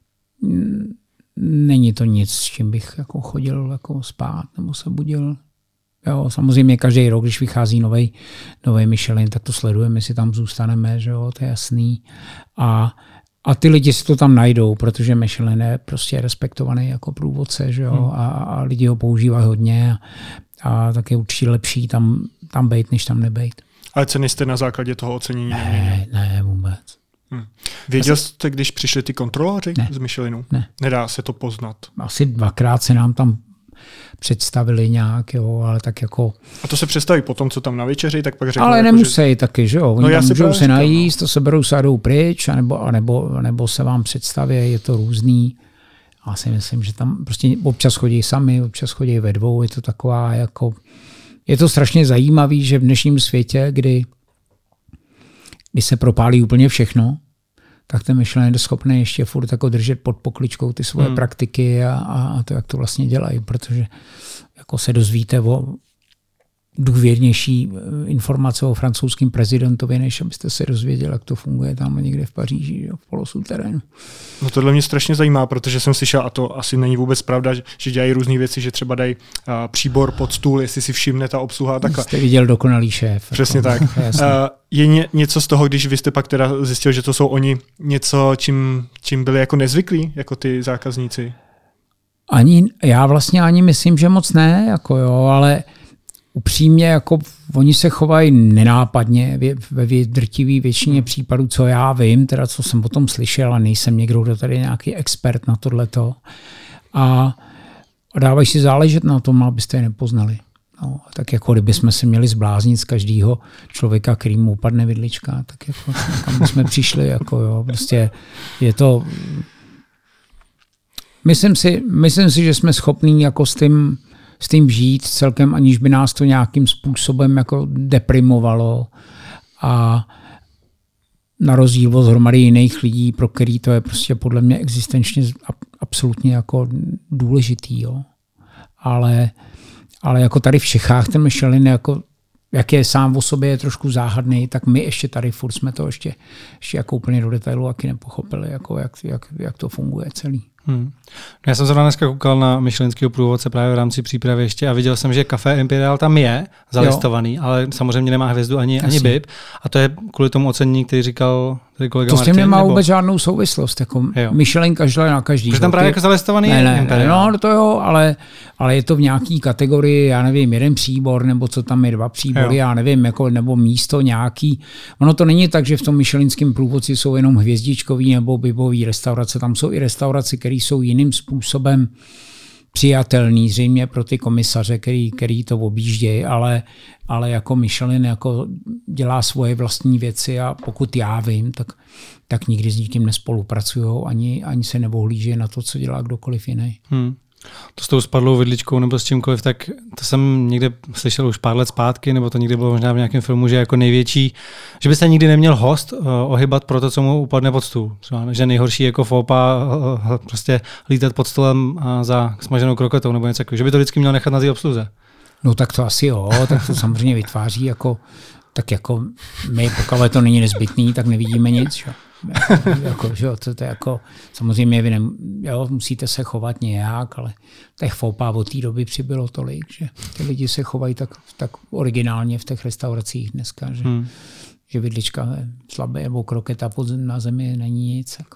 není to nic, s čím bych jako chodil jako spát nebo se budil. Jo, samozřejmě každý rok, když vychází nový nový Michelin, tak to sledujeme, jestli tam zůstaneme, že jo? To je jasný. A A ty lidi si to tam najdou, protože Michelin je prostě respektovaný jako průvodce, že jo? Hmm. A, a lidi ho používají hodně a, a tak je určitě lepší tam, tam bejt, než tam nebejt. Ale ceny jste na základě toho ocenění ne, neměnili? Ne, vůbec. Hmm. Věděl Asi... jste, když přišli ty kontroloři ne. z Michelinu? Ne. Nedá se to poznat? Asi dvakrát se nám tam představili nějak, jo, ale tak jako... A to se představí potom, co tam na večeři, tak pak řeknou... Ale jako, nemusí že... taky, že jo. Oni no, tam můžou se najíst, to se berou sádou pryč, anebo, anebo, nebo se vám představí, je to různý. Já si myslím, že tam prostě občas chodí sami, občas chodí ve dvou, je to taková jako... Je to strašně zajímavý, že v dnešním světě, kdy, kdy se propálí úplně všechno, tak ten Michelin je schopný ještě furt jako držet pod pokličkou ty svoje hmm. praktiky a, a to, jak to vlastně dělají, protože jako se dozvíte o důvěrnější informace o francouzském prezidentovi, než abyste se dozvěděli, jak to funguje tam někde v Paříži, v polosu terénu. No tohle mě strašně zajímá, protože jsem slyšel, a to asi není vůbec pravda, že dělají různé věci, že třeba dají uh, příbor pod stůl, jestli si všimne ta obsluha. Takhle. Jste viděl dokonalý šéf. Přesně jako, tak. Uh, je ně, něco z toho, když vy jste pak teda zjistil, že to jsou oni, něco, čím, čím byli jako nezvyklí, jako ty zákazníci? Ani, já vlastně ani myslím, že moc ne, jako jo, ale upřímně, jako oni se chovají nenápadně ve drtivé většině případů, co já vím, teda co jsem o tom slyšel a nejsem někdo, kdo tady je nějaký expert na tohleto. A, a dávají si záležet na tom, abyste je nepoznali. No, tak jako kdybychom se měli zbláznit z každého člověka, který mu upadne vidlička, tak jako kam bychom přišli, jako jo, prostě je to... Myslím si, myslím si, že jsme schopní jako s tím s tím žít celkem, aniž by nás to nějakým způsobem jako deprimovalo. A na rozdíl od hromady jiných lidí, pro který to je prostě podle mě existenčně absolutně jako důležitý. Jo. Ale, ale jako tady v Čechách ten Michelin, jako, jak je sám o sobě je trošku záhadný, tak my ještě tady furt jsme to ještě, ještě jako úplně do detailu taky nepochopili, jako jak, jak, jak to funguje celý. Hmm. Já jsem zrovna dneska koukal na michelinského průvodce právě v rámci přípravy ještě a viděl jsem, že Café Imperial tam je zalistovaný, jo. Ale samozřejmě nemá hvězdu ani, ani B I P. A to je kvůli tomu ocenění, který říkal tady kolega to Martin. To s tím nemá nebo... vůbec žádnou souvislost. Jako Michelin každý na každý. Protože tam právě jako zalistovaný ne, ne, Imperial. No to jo, ale, ale je to v nějaký kategorii, já nevím, jeden příbor, nebo co tam je, dva příbory, jo. Já nevím, jako, nebo místo nějaký. Ono to není tak, že v tom michelinském průvodci jsou jenom hvězdičkový nebo bibový restaurace. Tam jsou i restaurace, které jsou jiným způsobem přijatelný, zřejmě pro ty komisaře, který, který to objíždějí, ale, ale jako Michelin jako dělá svoje vlastní věci a pokud já vím, tak, tak nikdy s nikým nespolupracují, ani, ani se neohlíží na to, co dělá kdokoliv jiný. Hmm. To s tou spadlou vidličkou nebo s čímkoliv, tak to jsem někde slyšel už pár let zpátky, nebo to někde bylo možná v nějakém filmu, že jako největší, že by se nikdy neměl host uh, ohybat pro to, co mu upadne pod stůl. Třeba, že nejhorší jako fópa uh, prostě lítat pod stolem uh, za smaženou kroketou nebo něco takového, že by to vždycky měl nechat na té obsluze. No tak to asi jo, tak to samozřejmě vytváří jako, tak jako my, pokud to není nezbytný, tak nevidíme nic. Že? jako, že jo, to, to je jako, samozřejmě vy ne, jo, musíte se chovat nějak, ale těch fópá od té doby přibylo tolik, že ty lidi se chovají tak, tak originálně v těch restauracích dneska, že, hmm. že vidlička slabé nebo kroketa pod na zemi není nic. Jako.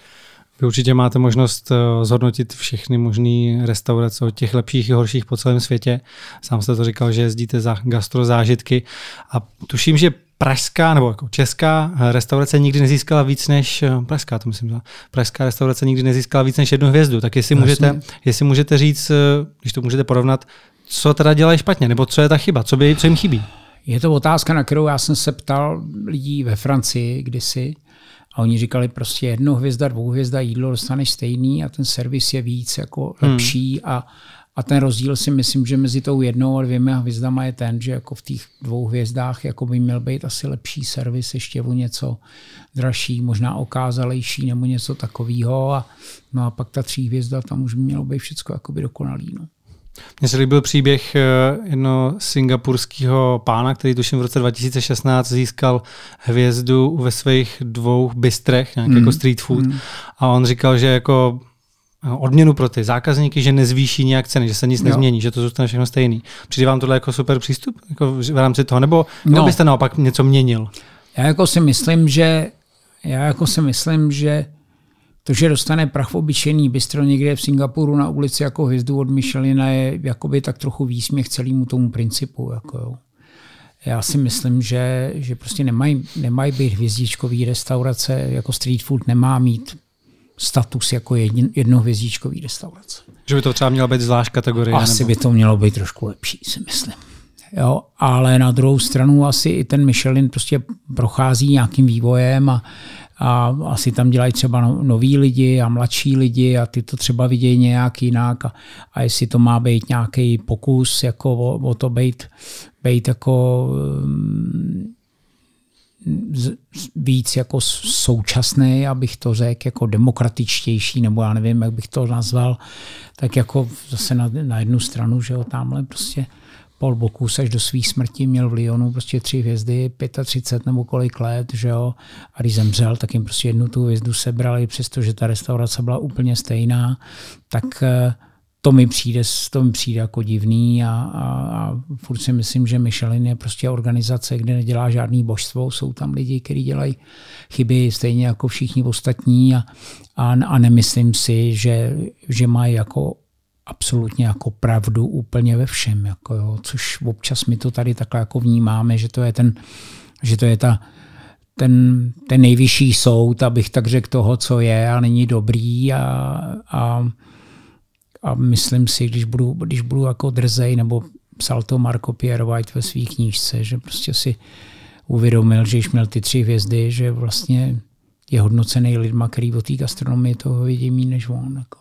Vy určitě máte možnost zhodnotit všechny možné restaurace od těch lepších i horších po celém světě. Sám jste to říkal, že jezdíte za gastrozážitky a tuším, že pražská nebo jako česká restaurace nikdy nezískala víc než pražská, to myslím, pražská restaurace nikdy nezískala víc než jednu hvězdu. Tak jestli můžete, jestli můžete říct, když to můžete porovnat, co teda dělají špatně, nebo co je ta chyba, co, by, co jim chybí? Je to otázka, na kterou já jsem se ptal lidí ve Francii kdysi a oni říkali prostě jedno hvězda, dvou hvězda, jídlo dostaneš stejný a ten servis je víc jako lepší hmm. a A ten rozdíl si myslím, že mezi tou jednou a dvěma hvězdama je ten, že jako v těch dvou hvězdách jako by měl být asi lepší servis, ještě o něco dražší, možná okázalejší nebo něco takového. A, no a pak ta tří hvězda, tam už by mělo být všechno jakoby dokonalý. No. Mně se líbil příběh jednoho singapurského pána, který tuším v roce dva tisíce šestnáct získal hvězdu ve svých dvou bistrech, nějak mm. jako street food. Mm. A on říkal, že jako odměnu pro ty zákazníky, že nezvýší nějak ceny, že se nic jo. nezmění, že to zůstane všechno stejný. Přijde vám tohle jako super přístup jako v rámci toho, nebo, no. nebo byste naopak něco měnil? Já jako si myslím, že já jako si myslím, že to, že dostane prach v obyčejný bistro někde v Singapuru na ulici jako hvězdu od Michelina, je jakoby tak trochu výsměch celému tomu principu. Jako jo. Já si myslím, že, že prostě nemají, nemají být hvězdičkový restaurace, jako street food nemá mít status jako jedin, jednohvězdičkový restaurace. Že by to třeba mělo být zvlášť kategorie? Asi nebo? by to mělo být trošku lepší, si myslím. Jo, ale na druhou stranu asi i ten Michelin prostě prochází nějakým vývojem a, a asi tam dělají třeba no, noví lidi a mladší lidi a ty to třeba vidějí nějak jinak a, a jestli to má být nějaký pokus jako o, o to být, být jako um, víc jako současný, abych to řekl, jako demokratičtější, nebo já nevím, jak bych to nazval, tak jako zase na, na jednu stranu, že jo, tamhle prostě Paul Bocuse až do svých smrti měl v Lyonu prostě tři hvězdy, třicet pět nebo kolik let, že jo, a když zemřel, tak jim prostě jednu tu hvězdu sebrali, přestože ta restaurace byla úplně stejná, tak to mi přijde, to mi přijde jako divný a, a, a furt si myslím, že Michelin je prostě organizace, kde nedělá žádný božstvo, jsou tam lidi, kteří dělají chyby stejně jako všichni ostatní a, a, a nemyslím si, že, že mají jako absolutně jako pravdu úplně ve všem, jako jo, což občas my to tady takhle jako vnímáme, že to je ten, že to je ta ten, ten nejvyšší soud, abych tak řekl toho, co je a není dobrý a, a A myslím si, když budu, když budu jako drzej, nebo psal to Marco Pierre White ve své knížce, že prostě si uvědomil, že již měl ty tři hvězdy, že vlastně je hodnocený lidma, který o té gastronomii toho vědí méně než on. Jako.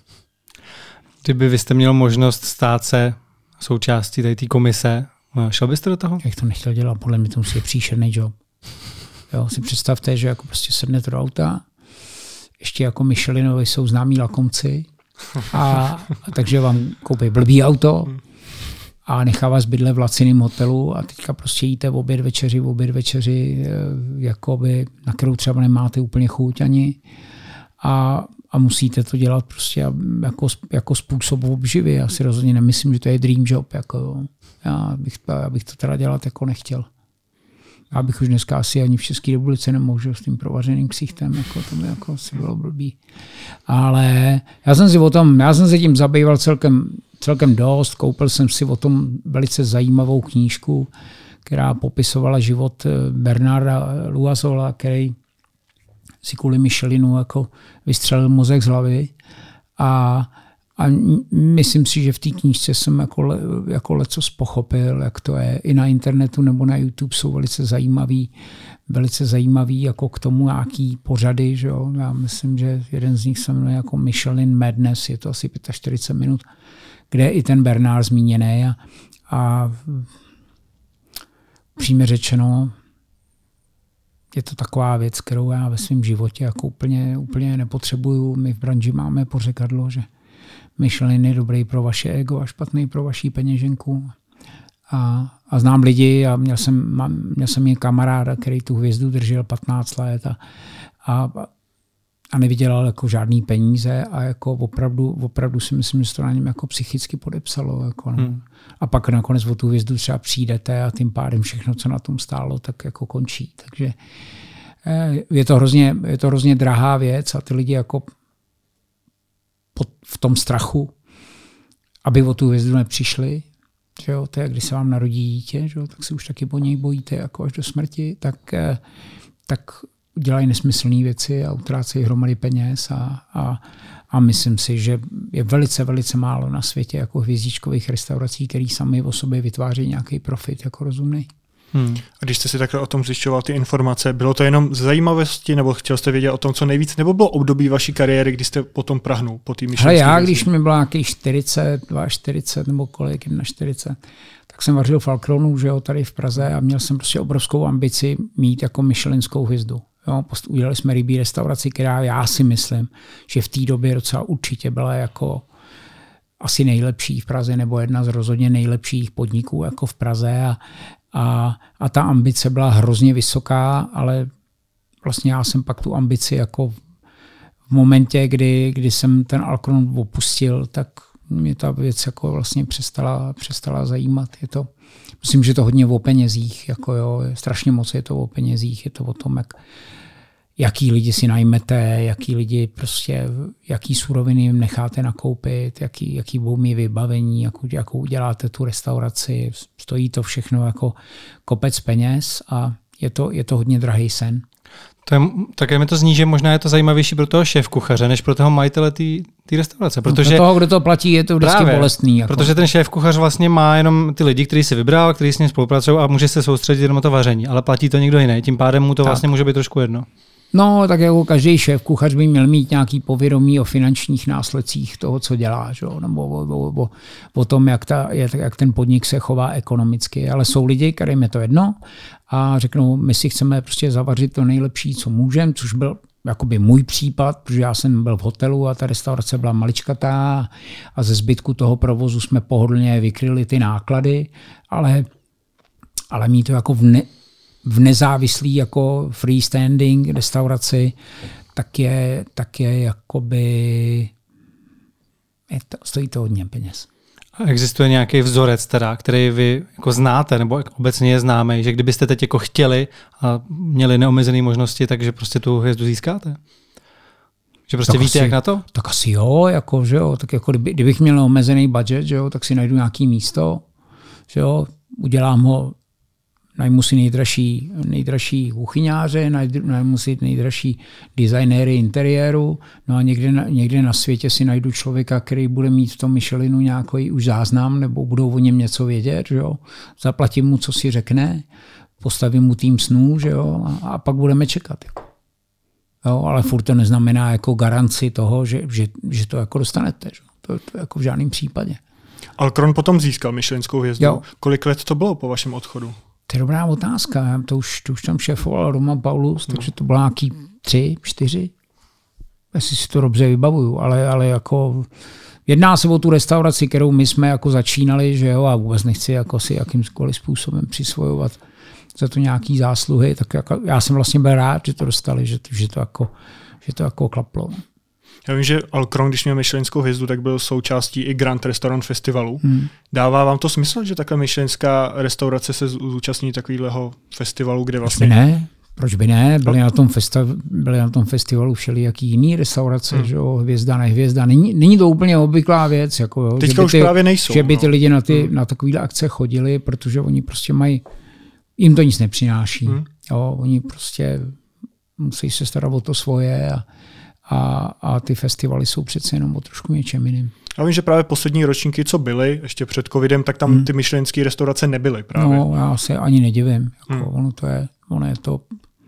Kdyby vy jste měl možnost stát se součástí té komise, šel byste do toho? Jak to nechtěl dělat, podle mě to musí je příšerný job. Jo, si představte, že jako prostě sednete do auta, ještě jako Michelinovi jsou známí lakomci, A, a takže vám koupí blbý auto a nechá vás bydlet v laciném hotelu a teďka prostě jíte v oběd večeři, v oběd večeři, jakoby, na kterou třeba nemáte úplně chuť ani a, a musíte to dělat prostě jako, jako způsob obživy. Já si rozhodně nemyslím, že to je dream job. Jako, já, bych, já bych to teda dělat jako nechtěl. Já bych už dneska asi ani v České republice nemohl s tím provařeným ksichtem, jako to by jako asi bylo blbý. Ale já jsem si o tom, já jsem se tím zabýval celkem, celkem dost, koupil jsem si o tom velice zajímavou knížku, která popisovala život Bernarda Loisola, který si kvůli Michelinu jako vystřelil mozek z hlavy a, A myslím si, že v té knížce jsem jako, jako lecos pochopil, jak to je. I na internetu nebo na YouTube jsou velice zajímavý, velice zajímavý jako k tomu nějaký pořady. Že jo? Já myslím, že jeden z nich se jmenuje jako Michelin Madness, je to asi čtyřicet pět minut, kde je i ten Bernard zmíněný. A, a přímě řečeno, je to taková věc, kterou já ve svém životě jako úplně, úplně nepotřebuju. My v branži máme pořekadlo, že Michelin je dobrý pro vaše ego a špatný pro vaší peněženku. A, a znám lidi a měl jsem, měl jsem jen kamaráda, který tu hvězdu držel patnáct let a, a, a nevydělal jako žádný peníze a jako opravdu, opravdu si myslím, že se to na něm jako psychicky podepsalo. Jako no. hmm. A pak nakonec o tu hvězdu třeba přijdete a tím pádem všechno, co na tom stálo, tak jako končí. Takže je to hrozně, je to hrozně drahá věc a ty lidi jako v tom strachu, aby o tu hvězdu nepřišli, že jo, to je, když se vám narodí dítě, že jo, tak se už taky po něj bojíte jako až do smrti, tak, tak dělají nesmyslné věci a utrácejí hromady peněz a, a, a myslím si, že je velice, velice málo na světě jako hvězdičkových restaurací, který sami o sobě vytváří nějaký profit jako rozumný. Hmm. A když jste si takhle o tom zjišťoval ty informace, bylo to jenom z zajímavosti, nebo chtěl jste vědět o tom, co nejvíc, nebo bylo období vaší kariéry, kdy jste potom prahnul po té myšlenské? Já, vězdy? Když mi bylo nějakých čtyřicet, čtyřicet nebo kolik, čtyřicet, tak jsem vařil v Alkronu, že jo, tady v Praze a měl jsem prostě obrovskou ambici mít jako michelinskou hvězdu. Jo, udělali jsme rybí restauraci, která já si myslím, že v té době docela určitě byla jako asi nejlepší v Praze, nebo jedna z rozhodně nejlepších podniků jako v Praze a A, a ta ambice byla hrozně vysoká, ale vlastně já jsem pak tu ambici jako v momentě, kdy, kdy jsem ten Alkron opustil, tak mě ta věc jako vlastně přestala, přestala zajímat. Je to, myslím, že to hodně o penězích, jako jo, strašně moc je to o penězích, je to o tom, jak, jaký lidi si najmete, jaký lidi prostě, jaký suroviny jim necháte nakoupit, jaký, jaký budou mít vybavení, jakou, jakou uděláte tu restauraci. Stojí to všechno jako kopec peněz a je to, je to hodně drahý sen. To je, také mi to zní, že možná je to zajímavější pro toho šéfkuchaře, než pro toho majitele té restaurace. Protože no pro toho, kdo to platí, je to vždycky právě bolestný. Jako. Protože ten šéfkuchař vlastně má jenom ty lidi, který si vybral, kteří s ním spolupracují a může se soustředit jenom na to vaření, ale platí to někdo jiný. Tím pádem mu to tak vlastně může být trošku jedno. No, tak jako každý šéf kuchař by měl mít nějaký povědomí o finančních následcích toho, co dělá, že? Nebo o, o, o, o tom, jak, ta, jak ten podnik se chová ekonomicky. Ale jsou lidi, kterým je to jedno a řeknou, my si chceme prostě zavařit to nejlepší, co můžeme, což byl jakoby můj případ, protože já jsem byl v hotelu a ta restaurace byla maličkatá a ze zbytku toho provozu jsme pohodlně vykryli ty náklady, ale, ale mít to jako v ne, v nezávislý jako freestanding restauraci, tak je, tak je jakoby, je to, stojí to hodně peněz. A existuje nějaký vzorec, teda, který vy jako znáte, nebo obecně je známý, že kdybyste teď jako chtěli a měli neomezené možnosti, takže prostě tu hvězdu získáte? Že prostě tak víte, asi, jak na to? Tak asi jo, jako, že jo. Tak jako kdyby, kdybych měl neomezený budget, že jo, tak si najdu nějaký místo, že jo, udělám ho, najmu si nejdražší, nejdražší kuchyňáře, najmu si nejdražší designéry interiéru, no a někde na, někde na světě si najdu člověka, který bude mít v tom Michelinu nějaký už záznam, nebo budou o něm něco vědět, že jo. Zaplatím mu, co si řekne, postavím mu tým snů, že jo, a, a pak budeme čekat. Jako. Jo, ale furt to neznamená jako garanci toho, že, že, že to jako dostanete. Že? To, to jako v žádném případě. Alkron potom získal michelinskou hvězdu. Jo. Kolik let to bylo po vašem odchodu? To je dobrá otázka. To už, to už tam šéfoval Roman Paulus, no. Takže to bylo nějaký tři, čtyři. Jestli si to dobře vybavuju, ale, ale jako jedná se o tu restauraci, kterou my jsme jako začínali, že jo, a vůbec nechci jako si jakýmkoliv způsobem přisvojovat za to nějaký zásluhy, tak jako, já jsem vlastně byl rád, že to dostali, že, že, to, jako, že to jako klaplo. Já vím, že Alkron, když měl michelinskou hvězdu, tak byl součástí i Grand Restaurant Festivalu. Hmm. Dává vám to smysl, že takhle michelinská restaurace se zúčastní takového festivalu, kde vlastně... Proč by ne? Proč by ne? Byly na tom, festa- byly na tom festivalu všelijaký jiný restaurace, hmm. že jo, hvězda, nehvězda. Není, není to úplně obvyklá věc. Jako, jo, teďka už ty, právě nejsou. Že by ty no. lidi na, ty, hmm. na takovýhle akce chodili, protože oni prostě mají... Jim to nic nepřináší. Hmm. Jo, oni prostě musí se starat o to svoje a a, a ty festivaly jsou přece jenom o trošku něčem jiným. Já vím, že právě poslední ročníky, co byly ještě před covidem, tak tam hmm. ty michelinské restaurace nebyly právě. No, já se ani nedivím. Jako, hmm. ono, to je, ono je to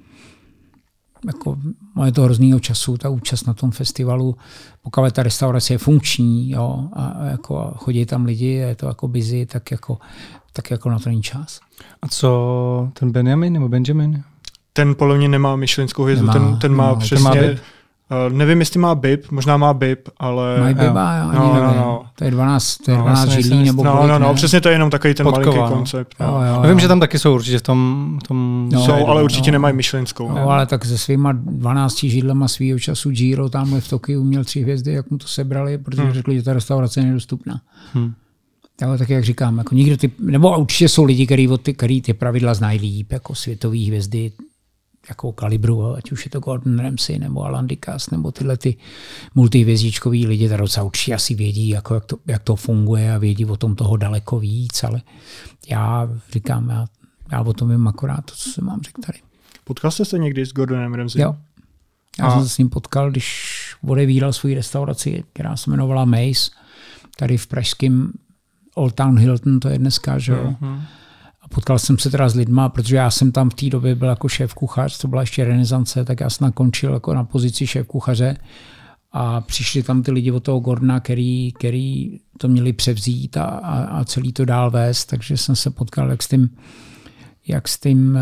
jako, ono je to hroznýho času, ta účast na tom festivalu, pokud ta restaurace je funkční, jo, a, a jako chodí tam lidi, je to jako busy, tak jako, tak jako na to není čas. A co ten Benjamin nebo Benjamin? Ten podle mě nemá michelinskou hvězdu, Nemá, ten, ten má no, přesně... Ten má bib? Uh, nevím, jestli má bib, možná má bib, ale... Mají biba, já ani no, nevím. No, no. To je dvanáct, to je no, dvanáct židlí nebo No, kolik, no, no, ne? přesně to je jenom takový ten Podkova, malinký no. koncept. No. Jo, jo, Já vím, že tam taky jsou určitě v tom... V tom No, jsou, ale určitě no. nemají michelinskou. No, ale tak se svýma dvanácti židlema svýho času Giro tamhle v Tokiu měl tři hvězdy, jak mu to sebrali, protože hmm. řekli, že ta restaurace je nedostupná. Hmm. Ale tak jak říkám, jako nikdo ty, nebo určitě jsou lidi, který, ty, který ty pravidla znají líp, jako světový hvězdy, jako kalibru, ať už je to Gordon Ramsay nebo Alain Ducasse, nebo tyhle ty multihvězdičkový lidi, tak docela určitě asi vědí, jako jak, to, jak to funguje a vědí o tom toho daleko víc, ale já říkám, já, já o tom vím akorát to, co jsem vám řekl tady. Potkal jste se někdy s Gordonem Ramsay? Jo. Já a... jsem se s ním potkal, když odevíral svou restauraci, která se jmenovala Mace, tady v pražském Old Town Hilton, to je dneska, že jo. Mm-hmm. A potkal jsem se teda s lidma, protože já jsem tam v té době byl jako šéf kuchař, to byla ještě renesance, tak já jsem nakončil jako na pozici šéf kuchaře a přišli tam ty lidi od toho Gordona, který, který to měli převzít a, a, a celý to dál vést, takže jsem se potkal jak s tím, jak s tím,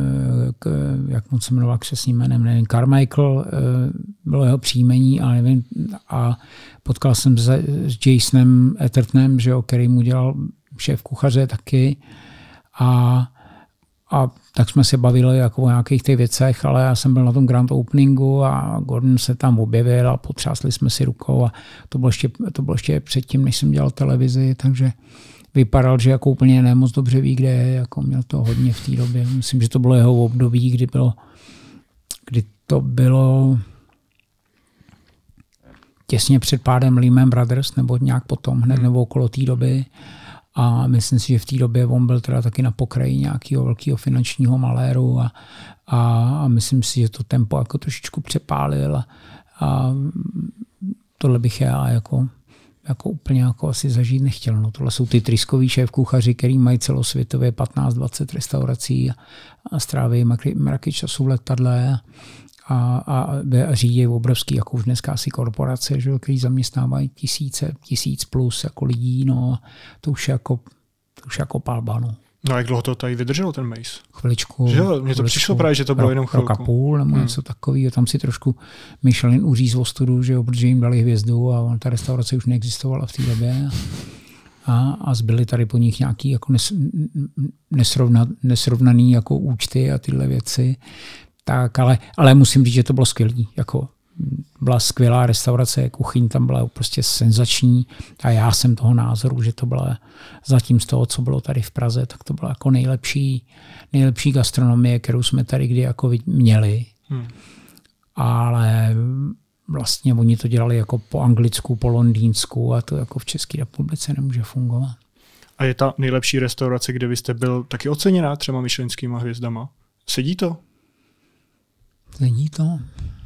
k, jak moc se jmenoval křesným jménem, nevím, Carmichael, bylo jeho příjmení, ale nevím, a potkal jsem se s Jasonem Ethertonem, že jo, který mu dělal šéf kuchaře taky a, a tak jsme se bavili jako o nějakých těch věcech, ale já jsem byl na tom grand openingu a Gordon se tam objevil a potřásli jsme si rukou a to bylo ještě, to bylo ještě předtím, než jsem dělal televizi, takže vypadal, že jako úplně nemoc dobře ví, kde je, jako měl to hodně v té době. Myslím, že to bylo jeho období, kdy bylo, kdy to bylo těsně před pádem Lehman Brothers, nebo nějak potom, hned nebo okolo té doby. A myslím si, že v té době on byl teda taky na pokraji nějakého velkého finančního maléru a, a, a myslím si, že to tempo jako trošičku přepálil a, a tohle bych já jako jako úplně jako asi zažít nechtěl. No, tohle jsou ty tryskový šéfkuchaři, který mají celosvětově patnáct dvacet restaurací a, a stráví mraky času v letadle a, a, a řídí obrovský, jako už dneska asi korporace, že, který zaměstnávají tisíce, tisíc plus jako lidí, no to už je jako, to už je jako palba, no. No a jak dlouho to tady vydrželo ten Mace? Chviličku. Že jo, mně to přišlo právě, že to bylo rok, jenom chvilku. Rok a půl nebo hmm. něco takového. Tam si trošku Michelin uříz ostudu, že jo, protože jim dali hvězdu a ta restaurace už neexistovala v té době. A, a zbyly tady po nich nějaký jako nes, nesrovna, nesrovnaný jako účty a tyhle věci. Tak, ale, ale musím říct, že to bylo skvělý. Jako byla skvělá restaurace, kuchyň tam byla prostě senzační a já jsem toho názoru, že to byla zatím z toho, co bylo tady v Praze, tak to byla jako nejlepší, nejlepší gastronomie, kterou jsme tady kdy jako měli. Hmm. Ale vlastně oni to dělali jako po anglicku, po londýnsku a to jako v České republice nemůže fungovat. A je ta nejlepší restaurace, kde vy jste byl taky oceněná třema michelinskýma hvězdama? Sedí to? Sedí to.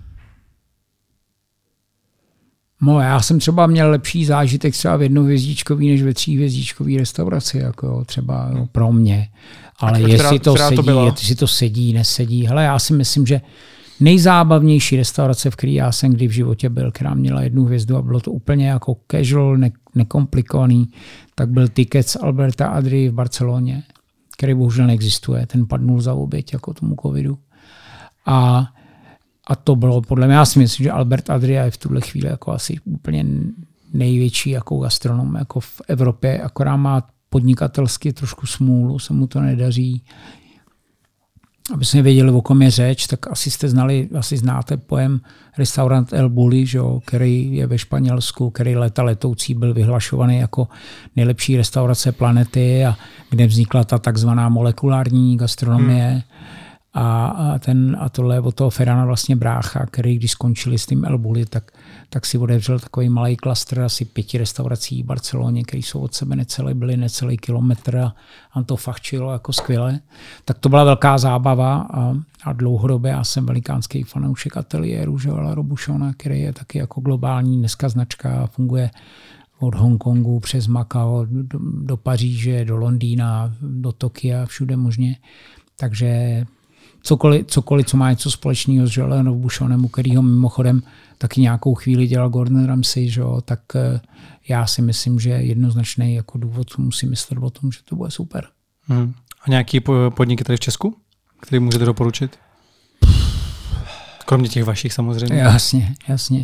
No, já jsem třeba měl lepší zážitek třeba v jednohvězdičkový než ve tříhvězdičkový restauraci, jako třeba jo, pro mě. Ale a jestli která, to sedí, to jestli to sedí, nesedí. Hele, já si myslím, že nejzábavnější restaurace, v které já jsem kdy v životě byl, která měla jednu hvězdu a bylo to úplně jako casual, ne- nekomplikovaný, tak byl Ticket z Alberta Adrie v Barceloně, který bohužel neexistuje. Ten padnul za oběť jako tomu covidu. A A to bylo podle mě, já si myslím, že Albert Adria je v tuhle chvíli jako asi úplně největší jako gastronom jako v Evropě, akorát má podnikatelsky trošku smůlu, se mu to nedaří. Aby jsme věděli, o kom je řeč, tak asi jste znali, asi znáte pojem restaurant El Bulli, že, který je ve Španělsku, který leta letoucí byl vyhlašovaný jako nejlepší restaurace planety a kde vznikla ta takzvaná molekulární gastronomie. Hmm. A, a, ten, a tohle je od toho Ferrana vlastně brácha, který když skončili s tím El Bulli, tak, tak si otevřel takový malý klastr asi pěti restaurací v Barceloně, který jsou od sebe necelý, byly necelý kilometr a on to fachčilo jako skvěle. Tak to byla velká zábava a, a dlouhodobě já jsem velikánský fanoušek ateliéru Joela Robuchona, který je taky jako globální dneska značka a funguje od Hongkongu přes Macao do, do Paříže, do Londýna, do Tokia, všude možně. Takže cokoliv, cokoliv, co má něco společného s Joelem Robuchonem, kterýho mimochodem taky nějakou chvíli dělal Gordon Ramsay, že jo, tak já si myslím, že jednoznačný jako důvod musí myslet o tom, že to bude super. Hmm. A nějaký podniky tady v Česku, který můžete doporučit? Kromě těch vašich samozřejmě. Jasně, jasně.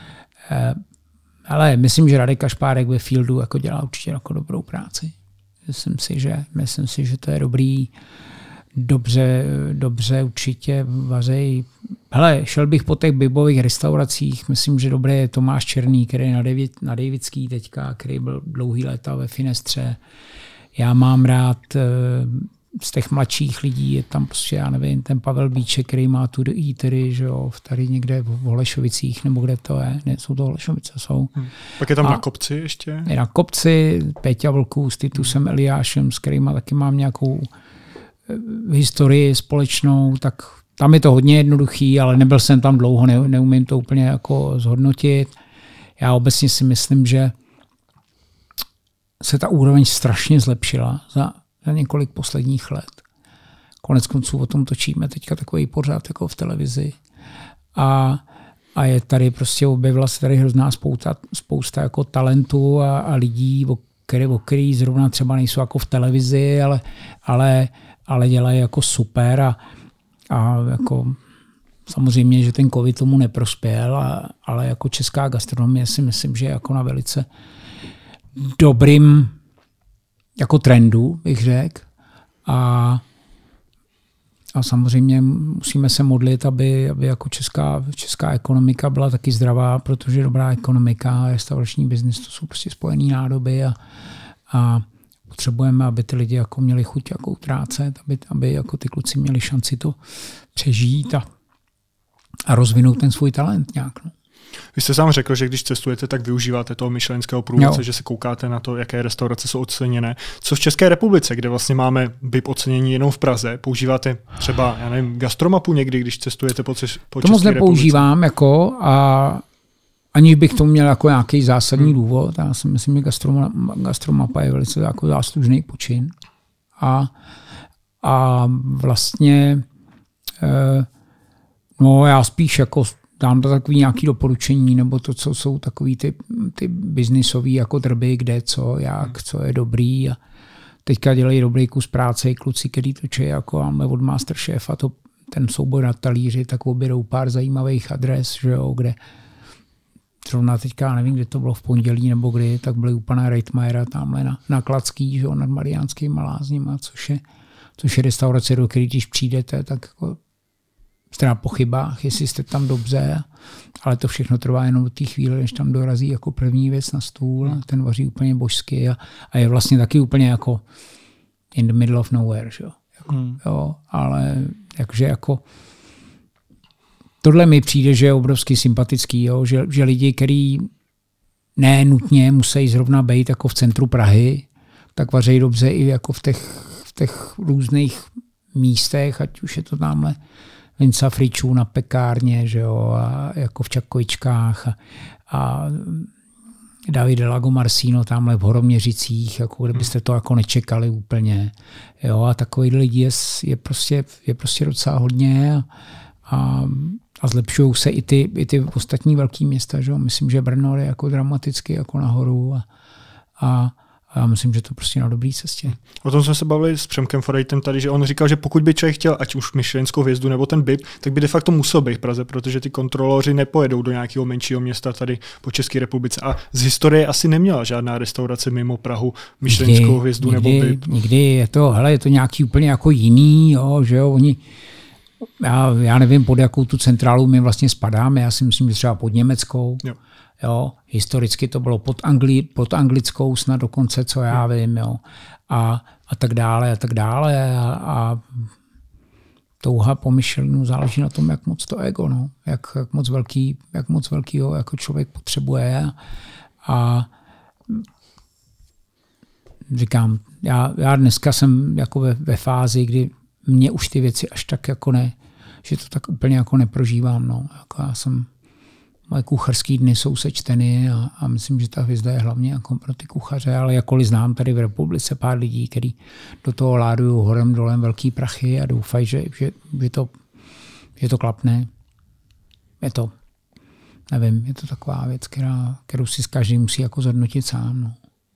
Ale myslím, že Radek Kašpárek ve Fieldu jako dělá určitě jako dobrou práci. Myslím si, že, myslím si, že to je dobrý. Dobře, dobře určitě vařej. Hele, šel bych po těch bibových restauracích, myslím, že dobré je Tomáš Černý, který je na, David, na Davidský teďka, který byl dlouhý léta ve Finestře. Já mám rád z těch mladších lidí, je tam prostě, já nevím, ten Pavel Bíček, který má tu Eatery, že jo, tady někde v Holešovicích, nebo kde to je, ne, jsou to Holešovice, jsou. Hmm. Pak je tam a na Kopci ještě? Je na Kopci, Péťa Vlků s Titusem hmm. Eliášem, s kterýma taky mám nějakou historii společnou, tak tam je to hodně jednoduchý, ale nebyl jsem tam dlouho, ne, neumím to úplně jako zhodnotit. Já obecně si myslím, že se ta úroveň strašně zlepšila za, za několik posledních let. Konec konců o tom točíme teďka takový pořád jako v televizi. A, a je tady prostě objevila se tady hrozná spousta, spousta jako talentů a, a lidí, o který, o který zrovna třeba nejsou jako v televizi, ale, ale ale dělají jako super a, a jako samozřejmě, že ten covid tomu neprospěl, a, ale jako česká gastronomie si myslím, že je jako na velice dobrým jako trendu, bych řekl. A, a samozřejmě musíme se modlit, aby, aby jako česká, česká ekonomika byla taky zdravá, protože dobrá ekonomika a restaurační biznis, to jsou prostě spojený nádoby a, a potřebujeme, aby ty lidi jako měli chuť jako utrácet, aby, aby jako ty kluci měli šanci to přežít a, a rozvinout ten svůj talent nějak. No. Vy jste sám řekl, že když cestujete, tak využíváte toho michelinského průvodce, že se koukáte na to, jaké restaurace jsou oceněné. Co v České republice, kde vlastně máme B I P ocenění jenom v Praze, používáte třeba, já nevím, gastromapu někdy, když cestujete po, České republice? To moc nepoužívám jako a aniž bych tomu měl jako nějaký zásadní hmm. důvod. Já si myslím, že gastromapa je velice jako záslužný počin. A, a vlastně eh, no já spíš jako dám to takový nějaké doporučení, nebo to, co jsou takový ty, ty biznisové jako drby, kde co, jak, co je dobrý. A teďka dělají dobrý kus práce i kluci, který točí jako máme od Masterchef a to, ten soubor na talíři, tak objedou pár zajímavých adres, že jo, kde zrovna teďka, nevím, kde to bylo v pondělí nebo kdy, tak byli u pana Reitmayera tamhle na, na Kladský, že jo, nad Mariánskýma lázněma, což je, což je restaurace, do které když přijdete, tak jako jste na pochybách, jestli jste tam dobře, ale to všechno trvá jenom do té chvíle, než tam dorazí jako první věc na stůl a ten vaří úplně božsky a, a je vlastně taky úplně jako in the middle of nowhere, že jo. Jako, hmm. jo, ale takže jako tohle mi přijde, že je obrovsky sympatický, jo, že, že lidi, kteří ne nutně musí zrovna být jako v centru Prahy, tak vaří dobře i jako v těch, v těch různých místech, ať už je to tamhle Vinca Fričů na pekárně, že jo, a jako v Čakovičkách a, a Davide Lago Marsino tamhle v Horoměřicích, jako kdybyste to jako nečekali úplně. Jo, a takových lidí je, je, prostě, je prostě docela hodně a, a, a zlepšují se i ty, i ty ostatní velké města. Že jo. Myslím, že Brno je jako dramaticky jako nahoru a, a A já myslím, že to prostě na dobré cestě. O tom jsme se bavili s Přemkem Forejtem tady, že on říkal, že pokud by člověk chtěl, ať už Michelinskou hvězdu nebo ten B I P, tak by de facto musel být v Praze, protože ty kontroloři nepojedou do nějakého menšího města tady po České republice. A z historie asi neměla žádná restaurace mimo Prahu Michelinskou hvězdu nikdy, nebo B I P. Nikdy je to, hele, je to nějaký úplně jako jiný, jo, že jo, oni, já, já nevím, pod jakou tu centrálu my vlastně spadáme, já si myslím, že třeba pod německou. Jo. Jo, historicky to bylo pod, Angli, pod anglickou snad dokonce, co já vím, jo. A, a tak dále, a tak dále. A, a touha po Michelinu záleží na tom, jak moc to ego, no. jak, jak moc velký, jak moc velkýho jako člověk potřebuje. A říkám, já, já dneska jsem jako ve, ve fázi, kdy mě už ty věci až tak jako ne, že to tak úplně jako neprožívám. No. Jako já jsem, moje kuchařský dny jsou sečteny a, a myslím, že ta hvězda je hlavně jako pro ty kuchaře, ale jakkoliv znám tady v republice pár lidí, kteří do toho ládují horem dolem velký prachy a doufají, že, že, že, to, že to klapne. Je to, nevím, je to taková věc, která, kterou si každý musí jako zhodnotit sám. No.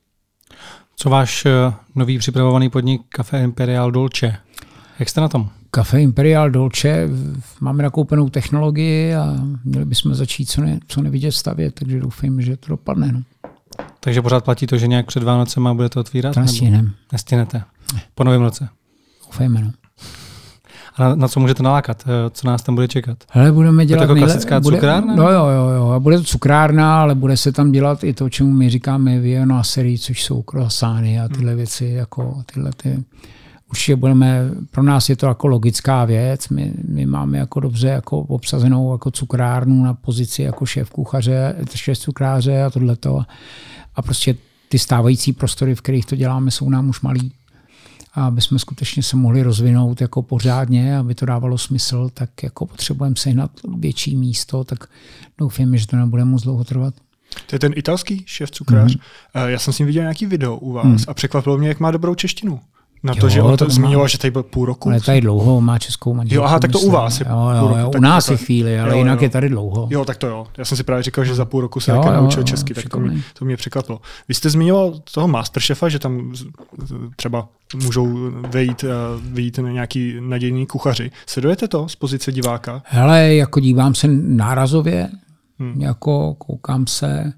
Co váš nový připravovaný podnik Café Imperial Dolce? Jak jste na tom? Café Imperial Dolce, máme nakoupenou technologii a měli bychom začít co, ne, co nevidět stavět, takže doufám, že to dopadne. No. Takže pořád platí to, že nějak před Vánocema budete otvírat? To nestihneme. Nestihnete. Po novém roce? Doufejme, no. A na, na co můžete nalákat? Co nás tam bude čekat? Hele, budeme dělat... Je to jako klasická bude, cukrárna? No jo, jo, jo. A bude to cukrárna, ale bude se tam dělat i to, čemu my říkáme viennoiserie, což jsou croissány a tyhle hmm. věci, jako tyhle ty... Určitě budeme, pro nás je to jako logická věc, my, my máme jako dobře jako obsazenou jako cukrárnu na pozici jako šéf kuchaře, šéf cukráře a tohleto. A prostě ty stávající prostory, v kterých to děláme, jsou nám už malý. A aby jsme skutečně se mohli rozvinout jako pořádně, aby to dávalo smysl, tak jako potřebujeme sehnat větší místo, tak doufám, že to nebude moc dlouho trvat. To je ten italský šéf cukrář. Mm-hmm. Já jsem s ním viděl nějaký video u vás mm. a překvapilo mě, jak má dobrou češtinu. Na to, jo, že on to zmiňoval, že tady byl půl roku. Ale tady dlouho, má českou manželku. Jo, aha, tak to myslím. U vás je jo, jo, půl roku. Jo, tak u nás to, je chvíli, ale jo, jinak jo. je tady dlouho. Jo, tak to jo. Já jsem si právě říkal, že za půl roku se jo, také jo, naučil jo, česky, tak to mě, to mě překvapilo. Vy jste zmiňoval toho Masterchefa, že tam třeba můžou vejít, vejít nějaký nadějní kuchaři. Sledujete to z pozice diváka? Hele, jako dívám se nárazově, hmm. jako koukám se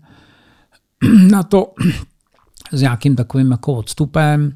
na to s nějakým takovým jako odstupem.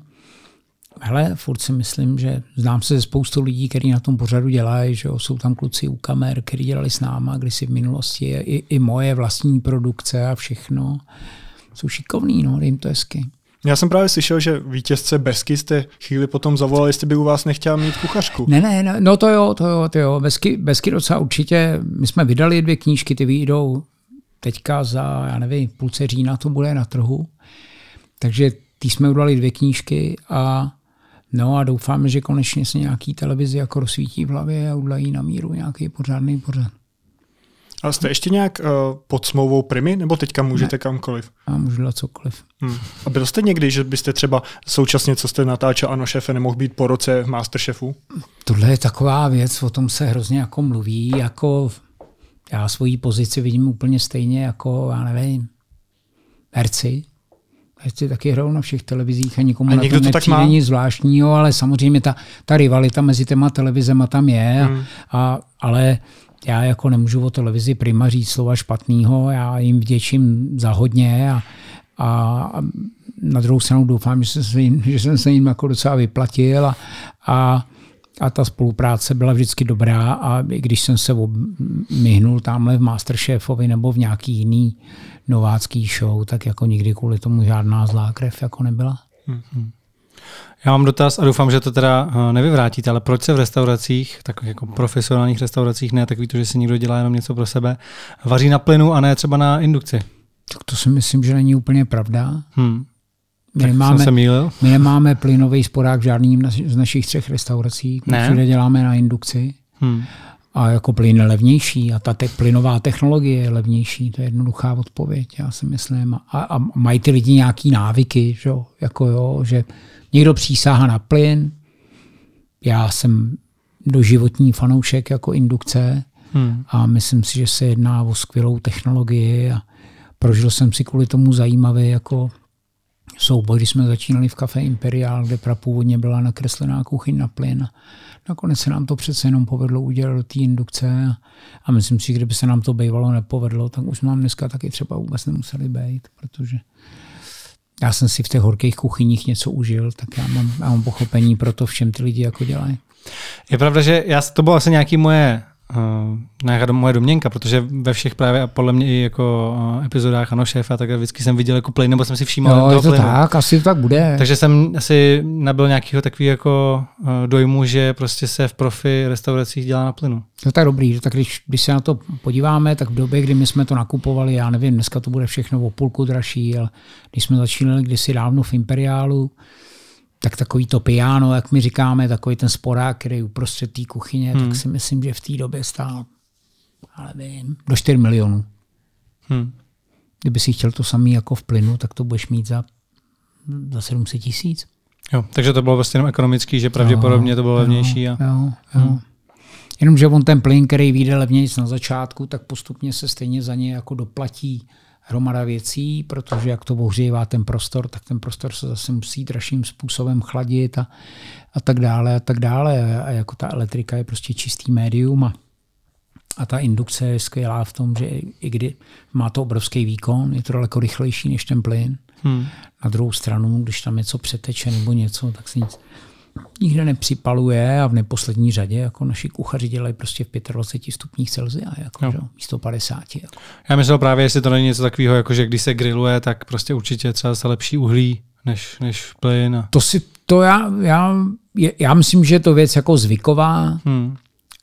Hele, furt si myslím, že znám se ze spoustu lidí, kteří na tom pořadu dělají, že jo, jsou tam kluci u kamer, kteří dělali s náma kdysi v minulosti, i, i moje vlastní produkce a všechno. Jsou šikovní, no, jim to hezky. Já jsem právě slyšel, že vítězce Besky jste chvíli potom zavolali, jestli by u vás nechtěla mít kuchařku. Ne, ne, no, no to jo, to jo, to jo. Besky, Besky docela určitě, my jsme vydali dvě knížky, ty vyjdou teďka za, já nevím, půlce října to bude na trhu. Takže ty jsme udali dvě knížky a no a doufáme, že konečně se nějaký televizi jako rozsvítí v hlavě a udělají na míru nějaký pořádný pořad. A jste ještě nějak uh, pod smlouvou Primy, nebo teďka můžete ne. kamkoliv? A můžu dělat cokoliv. Hmm. A byl jste někdy, že byste třeba současně, co jste natáčel Ano šéfe, nemohl být po roce v Masterchefu? Tohle je taková věc, o tom se hrozně jako mluví, jako já svoji pozici vidím úplně stejně jako, já nevím, herci. Herci taky hrajou na všech televizích a nikomu a na tom nepřijde nic zvláštního, ale samozřejmě ta, ta rivalita mezi těma televizema tam je, hmm. a, ale já jako nemůžu o televizi Prima říct slova špatného, já jim vděčím za hodně a, a na druhou stranu doufám, že jsem se jim, že jsem se jim jako docela vyplatil a, a, a ta spolupráce byla vždycky dobrá a když jsem se myhnul tamhle v Masterchefovi nebo v nějaký jiný novácký show, tak jako nikdy kvůli tomu žádná zlá krev jako nebyla. Hmm. Já mám dotaz a doufám, že to teda nevyvrátíte, ale proč se v restauracích, takových jako profesionálních restauracích, ne takový to, že si někdo dělá jenom něco pro sebe, vaří na plynu a ne třeba na indukci? Tak to si myslím, že není úplně pravda. Hmm. My, nemáme, jsem se mýlil. my nemáme plynový spodák v žádným z našich třech restaurací. My všude děláme na indukci. Hmm. A jako plyn je levnější a ta te- plynová technologie je levnější. To je jednoduchá odpověď, já si myslím. A, a mají ty lidi nějaký návyky, že, jako jo, že někdo přísáhá na plyn. Já jsem doživotní fanoušek jako indukce hmm. a myslím si, že se jedná o skvělou technologii a prožil jsem si kvůli tomu zajímavý jako souboj, když jsme začínali v Café Imperial, kde prapůvodně byla nakreslená kuchyň na plyn. Nakonec se nám to přece jenom povedlo udělat do té indukce a, a myslím si, že kdyby se nám to bývalo nepovedlo, tak už nám dneska taky třeba vůbec nemuseli být, protože já jsem si v těch horkých kuchyních něco užil, tak já mám, já mám pochopení pro to, v čem ty lidi jako dělají. Je pravda, že já, to bylo asi nějaký moje uh, nějaká moje domněnka, protože ve všech právě a podle mě i jako uh, epizodách Ano šéfa, tak vždycky jsem viděl jako plyn, nebo jsem si všímal. Jo, je to plynu. tak, asi to tak bude. Takže jsem asi nabyl nějakého takového jako uh, dojmu, že prostě se v profi restauracích dělá na plynu. To je tak dobrý, tak když, když se na to podíváme, tak v době, kdy my jsme to nakupovali, já nevím, dneska to bude všechno o půlku dražší, ale když jsme začínali kdysi dávno v Imperiálu, tak takový to piano, jak my říkáme, takový ten sporák, který je uprostřed té kuchyně, hmm. tak si myslím, že v té době stál, ale vím, do čtyři milionů. Hmm. Kdyby si chtěl to samý jako v plynu, tak to budeš mít za, za sedm set tisíc. Jo, takže to bylo vlastně jenom ekonomický, že pravděpodobně to bylo levnější. A... Jo, jo. Hmm. Jenomže on ten plyn, který vyjde levnějc na začátku, tak postupně se stejně za ně jako doplatí hromada věcí, protože jak to ohřívá ten prostor, tak ten prostor se zase musí dražším způsobem chladit a, a tak dále a tak dále. A jako ta elektrika je prostě čistý médium a, a ta indukce je skvělá v tom, že i kdy má to obrovský výkon, je to daleko rychlejší než ten plyn. Hmm. Na druhou stranu, když tam něco přeteče nebo něco, tak se nic nikde nepřipaluje a v neposlední řadě jako naši kuchaři dělají prostě v dvacet pět stupních Celsia, jako, že, místo padesát. Jako. Já myslel právě, jestli to není něco takového, jako že když se grilluje, tak prostě určitě třeba se lepší uhlí než, než plyn. A... To si, to já, já, já myslím, že je to věc jako zvyková hmm.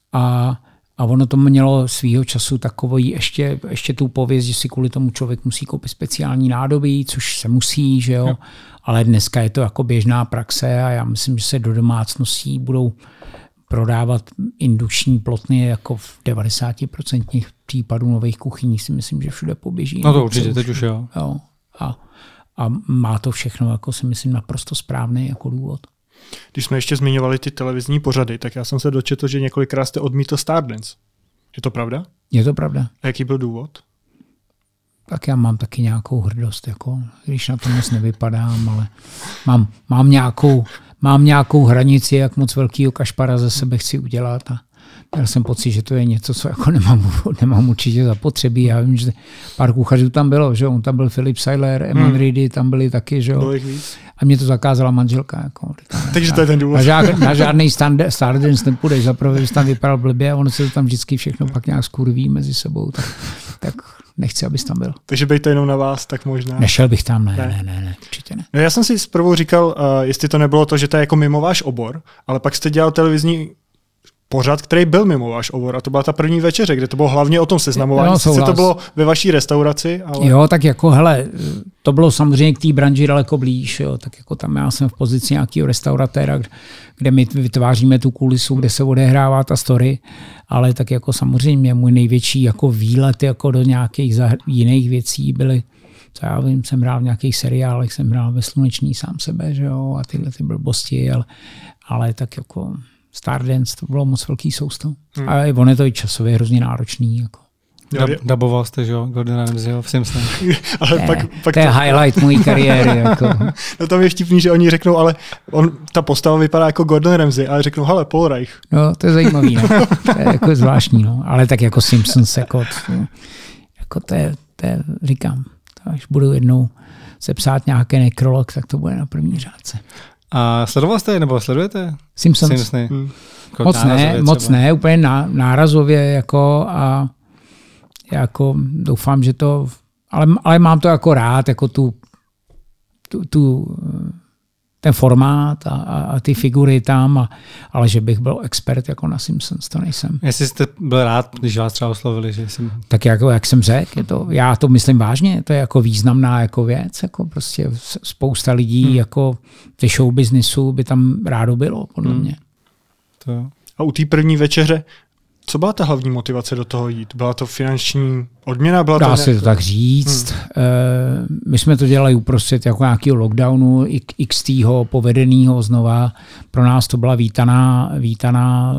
a, a ono to mělo svýho času takový ještě, ještě tu pověst, že si kvůli tomu člověk musí koupit speciální nádobí, což se musí, že jo. jo. Ale dneska je to jako běžná praxe a já myslím, že se do domácností budou prodávat indukční plotny jako v devadesát procent případů nových kuchyní, si myslím, že všude poběží. No to určitě, teď už jo. jo. A, a má to všechno, jako si myslím, naprosto správný jako důvod. Když jsme ještě zmiňovali ty televizní pořady, tak já jsem se dočetl, že několikrát jste odmítl Stardance. Je to pravda? Je to pravda. A jaký byl důvod? Tak já mám taky nějakou hrdost, jako, když na to moc nevypadám, ale mám, mám, nějakou, mám nějakou hranici, jak moc velkýho kašpara ze sebe chci udělat a měl jsem pocit, že to je něco, co jako nemám, nemám určitě zapotřebí. Já vím, že pár kuchařů tam bylo, že on tam byl Filip Seiler, Eman hmm. Reedy, tam byli taky, že jo. A mě to zakázala manželka. Jako, takže to je ten důvod. Na, žád, na žádný Stardance nepůjdeš, zaprvé jsi tam vypadal blbě a ono se to tam vždycky všechno pak nějak skurví mezi sebou, tak, tak nechci, abys tam byl. Takže bejt to jenom na vás, tak možná. Nešel bych tam, ne, ne, ne, ne, ne určitě ne. No já jsem si zprvu říkal, uh, jestli to nebylo to, že to je jako mimo váš obor, ale pak jste dělal televizní pořad, který byl mimo váš obor a to byla ta první večeře, kde to bylo hlavně o tom seznamování. No, sice to bylo ve vaší restauraci, ale... Jo, tak jako hele, to bylo samozřejmě k té branži daleko blíž, jo, tak jako tam já jsem v pozici nějakého restauratéra, kde my vytváříme tu kulisu, kde se odehrává ta story, ale tak jako samozřejmě můj největší jako výlet jako do nějakých zahr- jiných věcí byly, co já vím, jsem hrál v nějakých seriálech, jsem hrál ve Slunečný sám sebe, že jo, a tyhle ty blbosti, ale, ale tak jako Stardance, to bylo moc velký soustav. Hmm. A on je to i časově hrozně náročný. Jako. Dab, daboval jste, že jo, Gordona Ramsayho v Simpsonech. Ale pak, pak to je to... highlight mojí kariéry. Jako. No tam je vtipný, že oni řeknou, ale on, ta postava vypadá jako Gordon Ramsay, ale řeknou, hele, Paul Reich. No, to je zajímavý, no. To je jako zvláštní, no. Ale tak jako Simpsons, jako, jako to, je, to je, říkám, to až budu jednou se psát nějaký nekrolog, tak to bude na první řádce. A sledoval jste nebo sledujete? Simpsons. Simpsony. Hmm. Moc ne, moc ne, úplně ná, nárazově jako a jako doufám, že to, ale, ale mám to jako rád, jako tu, tu, tu ten formát a, a ty figury tam, a, ale že bych byl expert jako na Simpsons, to nejsem. Jestli jste byl rád, když vás třeba oslovili, že jsem... Tak jako, jak jsem řekl, je to, já to myslím vážně, to je jako významná jako věc, jako prostě spousta lidí hmm. jako ze show businessu by tam rádo bylo, podle hmm. mě. To. A u té první večeře, co byla ta hlavní motivace do toho jít? Byla to finanční odměna? Byla Dá to se to tak říct. Hmm. My jsme to dělali uprostřed jako nějakého lockdownu, X T povedenýho znova. Pro nás to byla vítaná, vítaná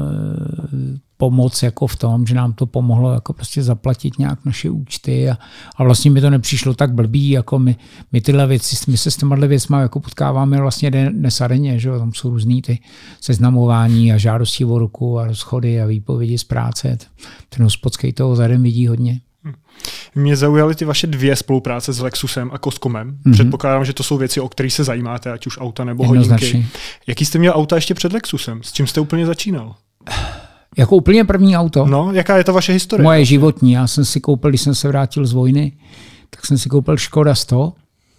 pomoc jako v tom, že nám to pomohlo jako prostě zaplatit nějak naše účty a, a vlastně mi to nepřišlo tak blbý, jako my, my tyhle věci, my se s těmahle věcma jako potkáváme vlastně dnes a denně, že jo? Tam jsou různý ty seznamování a žádosti o ruku a rozchody a výpovědi z práce. Ten hospodský toho zadem vidí hodně. Mě zaujaly ty vaše dvě spolupráce s Lexusem a Coscomem. Mm-hmm. Předpokládám, že to jsou věci, o kterých se zajímáte, ať už auta nebo hodinky. Jaký jste měl auta ještě před Lexusem? S čím jste úplně začínal? Jako úplně první auto. No, jaká je to vaše historie? Moje životní. Já jsem si koupil, když jsem se vrátil z vojny, tak jsem si koupil Škoda sto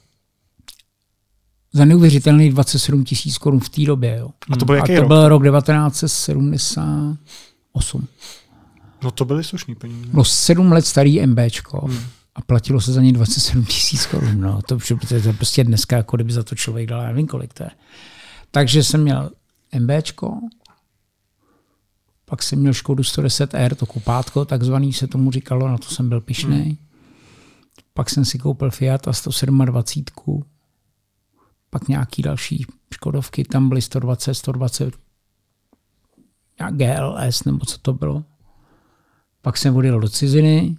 za neuvěřitelný dvacet sedm tisíc korun v té době. Jo. A to byl jaký A to rok? byl rok devatenáct set sedmdesát osm. No to byly slušný peníze. Bylo sedm let starý MBčko hmm. a platilo se za ně dvacet sedm tisíc korun. No, to, to je prostě dneska, jako kdyby za to člověk dal, nevím kolik to je. Takže jsem měl MBčko, pak jsem měl Škodu sto deset R, to kupátko, takzvaný se tomu říkalo, na to jsem byl pyšnej. Hmm. Pak jsem si koupil Fiat a sto dvacet sedm. Pak nějaký další Škodovky, tam byly sto dvacet, sto dvacet, G L S, nebo co to bylo. Pak jsem odjel do ciziny,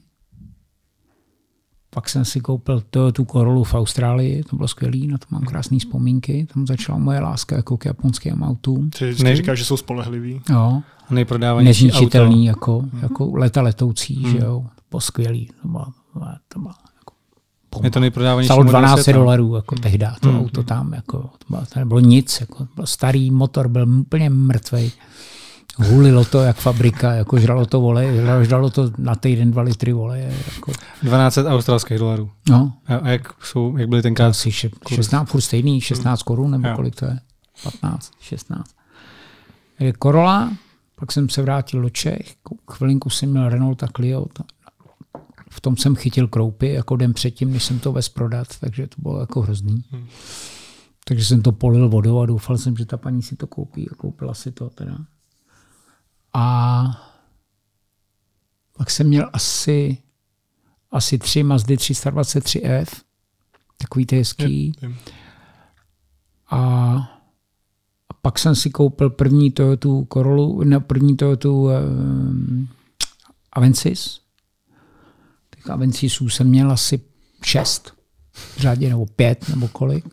pak jsem si koupil tu Corollu v Austrálii, to bylo skvělý, na to mám krásné vzpomínky, tam začala moje láska jako k japonským autům. Ty vždycky říkáš, že jsou spolehlivý. Jo. Nejprodávanější nezničitelný, auto. jako, jako leta letoucí, hmm. že jo, to bylo skvělý. To bylo, to bylo jako je to nejprodávanější stalo dvanáct dolarů, jako hmm. tehda, to hmm. auto tam, jako, to, bylo, to nebylo nic, jako, byl starý motor, byl úplně mrtvej. Hulilo to jak fabrika, jako žralo to volej, žralo to na týden dva litry voleje. Jako. dvanáct set australských dolarů. No. A, a jak, jsou, jak byly tenkrát? Asi šestnáct, furt stejný, šestnáct korun, nebo jo. kolik to je? patnáct, šestnáct. Je Corolla, pak jsem se vrátil do Čech, chvilinku jsem měl Renaulta Clio, v tom jsem chytil kroupy, jako den předtím, než jsem to vez prodat, takže to bylo jako hrozný. Hmm. Takže jsem to polil vodou a doufal jsem, že ta paní si to koupí a koupila si to teda. A pak jsem měl asi, asi tři Mazdy tři sta dvacet tři F, takový ty hezký. Je, je. A, a pak jsem si koupil první Toyota Corollu, ne, první Toyota um, Avensis. Těch Avencisů jsem měl asi šest, řádě nebo pět, nebo kolik.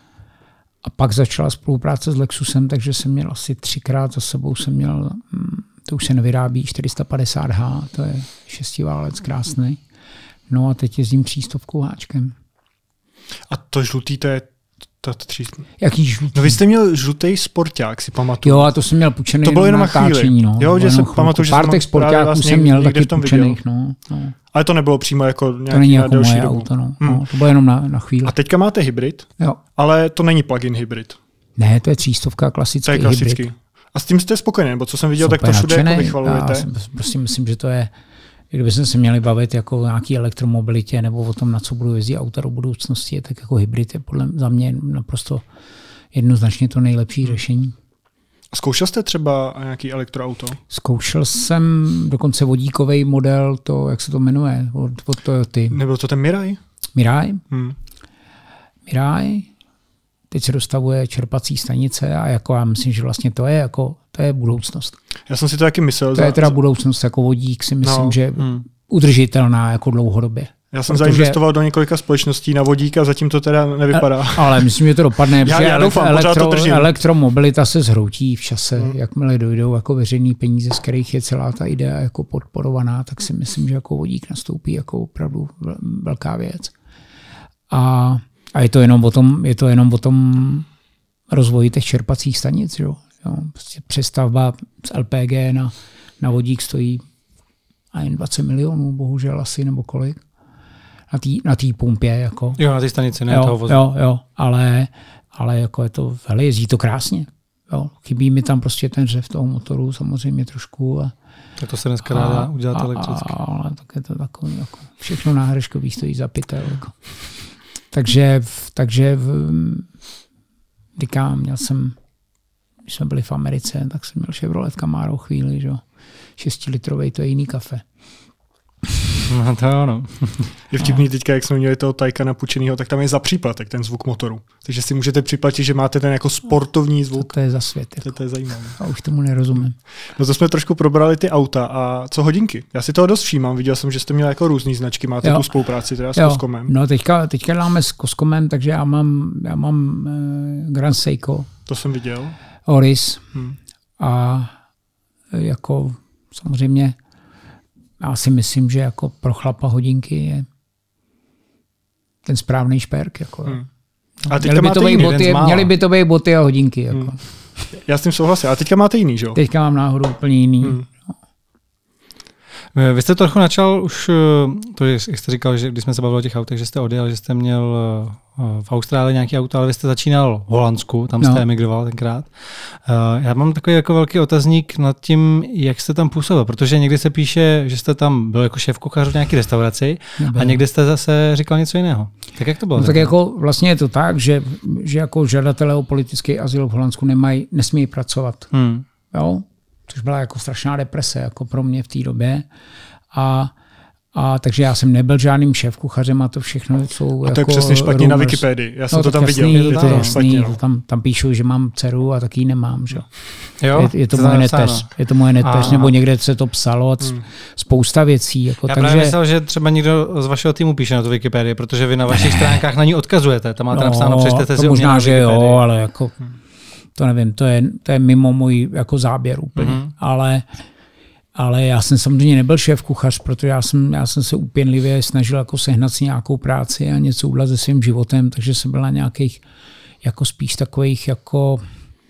A pak začala spolupráce s Lexusem, takže jsem měl asi třikrát za sebou jsem měl, to už se nevyrábí, čtyři sta padesát H, to je šestiválec krásný. No a teď jezdím třístovkou háčkem. A to žlutý, to je ta třístovka? Jaký žlutý? No vy jste měl žlutý sporták, si pamatuju. Jo, a to jsem měl půjčený to bylo jenom na chvíli. No. Jo, že se pamatuju, že pár těch sportáků jsem měl taky půjčených. No, no. Ale to nebylo přímo jako nějaký to není jako delší moje dobu. Auto, no. Hmm. No, to bylo jenom na, na chvíli. A teďka máte hybrid, jo. Ale to není plug-in hybrid. Ne, to je třístovka, klasický to je klasický. hybrid. A s tím jste spokojený, nebo co jsem viděl, Super, tak to všude nadšenej. jako vychvalujete? Já prostě myslím, že to je, kdybychom se měli bavit jako o nějaký elektromobilitě nebo o tom, na co budou jezdit auta do budoucnosti, tak jako hybrid je podle za mě naprosto jednoznačně to nejlepší řešení. Zkoušel jste třeba nějaký elektroauto? Zkoušel jsem dokonce vodíkový model, to, jak se to jmenuje, od, od Toyoty. Nebyl to ten Mirai? Mirai. Hmm. Mirai. Teď se dostavuje čerpací stanice a jako já myslím, že vlastně to je jako to je budoucnost. Já jsem si to taky myslel. To za, je teda budoucnost jako vodík, si myslím, no, že hmm. udržitelná jako dlouhodobě. Já jsem Protože... zainvestoval do několika společností na vodík a zatím to teda nevypadá. Ale myslím, že to dopadne, já, já doufám, elektro, to elektromobilita se zhroutí v čase, hmm. jakmile dojdou jako veřejný peníze, z kterých je celá ta idea jako podporovaná, tak si myslím, že jako vodík nastoupí jako opravdu velká věc. A, a je to jenom o tom, je to jenom o tom rozvoji těch čerpacích stanic. Jo? Jo, prostě přestavba z L P G na, na vodík stojí ani dvacet milionů, bohužel asi, nebo kolik. Na té na tý pumpě. Jako. Jo, na té stanici, ne jo, toho vozu. Jo, jo, ale, ale jako je to, hele, jezdí to krásně. Jo. Chybí mi tam prostě ten řev toho motoru, samozřejmě trošku. A, tak to se dneska dá udělat elektricky. Ale tak je to takový, jako, všechno náhražkový stojí za pytel. Jako. Takže, takže říkám, měl jsem, když jsme byli v Americe, tak jsem měl Chevrolet Camaro chvíli, že šestilitrovej, to je jiný kafe. No to je ono. Je vtipný teďka, jak jsme měli toho Taycana půjčenýho, tak tam je za příplatek ten zvuk motoru. Takže si můžete připlatit, že máte ten jako sportovní zvuk. To, to je za svět. Jako. To, to je zajímavé. A už tomu nerozumím. No to jsme trošku probrali ty auta a co hodinky? Já si toho dost všímám. Viděl jsem, že jste měl jako různý značky. Máte jo. tu spolupráci teda s jo. Coscomem. No teďka, teďka děláme s Coscomem, takže já mám, já mám uh, Grand Seiko. To jsem viděl. Oris. Hmm. A jako samozřejmě já si myslím, že jako pro chlapa hodinky je ten správný šperk. Jako. Hmm. A měli, by to být boty, měli by to být boty a hodinky. Jako. Hmm. Já s tím souhlasím. A teďka máte jiný, že jo? Teďka mám náhodou úplně jiný. Hmm. Vy jste trochu načal už, to jak jste říkal, že když jsme se bavili o těch autech, že jste odjel, že jste měl v Austrálii nějaký auto, ale vy jste začínal v Holandsku, tam jste no. emigroval tenkrát. Já mám takový jako velký otazník nad tím, jak jste tam působil, protože někdy se píše, že jste tam byl jako šéfkuchař v nějaké restauraci Nebyl. a někdy jste zase říkal něco jiného. Tak jak to bylo? No, tak jako vlastně je to tak, že, že jako žadatelé o politický azyl v Holandsku nemají, nesmí pracovat. Hmm. Jo? Což byla jako strašná deprese jako pro mě v té době. A, a takže já jsem nebyl žádným šéfkuchařem a to všechno jsou a to jako je přesně špatně rumors. Na Wikipedii. Já jsem no, to tam jasný, viděl. Je to, to tam, jasný, špatně, no. tam, tam píšou, že mám dceru a taky ji nemám. Že? Jo? Je, je, to moje netpeř, je to moje netpeř, nebo někde se to psalo, hmm. spousta věcí. Jako, já takže... právě myslel, že třeba někdo z vašeho týmu píše na tu Wikipedii, protože vy na vašich stránkách na ní odkazujete. Tam máte no, napsáno, přečtete si to možná, na že jo, ale jako, to nevím, to je, to je mimo můj jako záběr úplně. Hmm. Ale Ale já jsem samozřejmě nebyl šéf kuchař, protože já jsem, já jsem se úpěnlivě snažil jako sehnat si nějakou práci a něco udělat se svým životem, takže jsem byl na nějakých jako spíš takových jako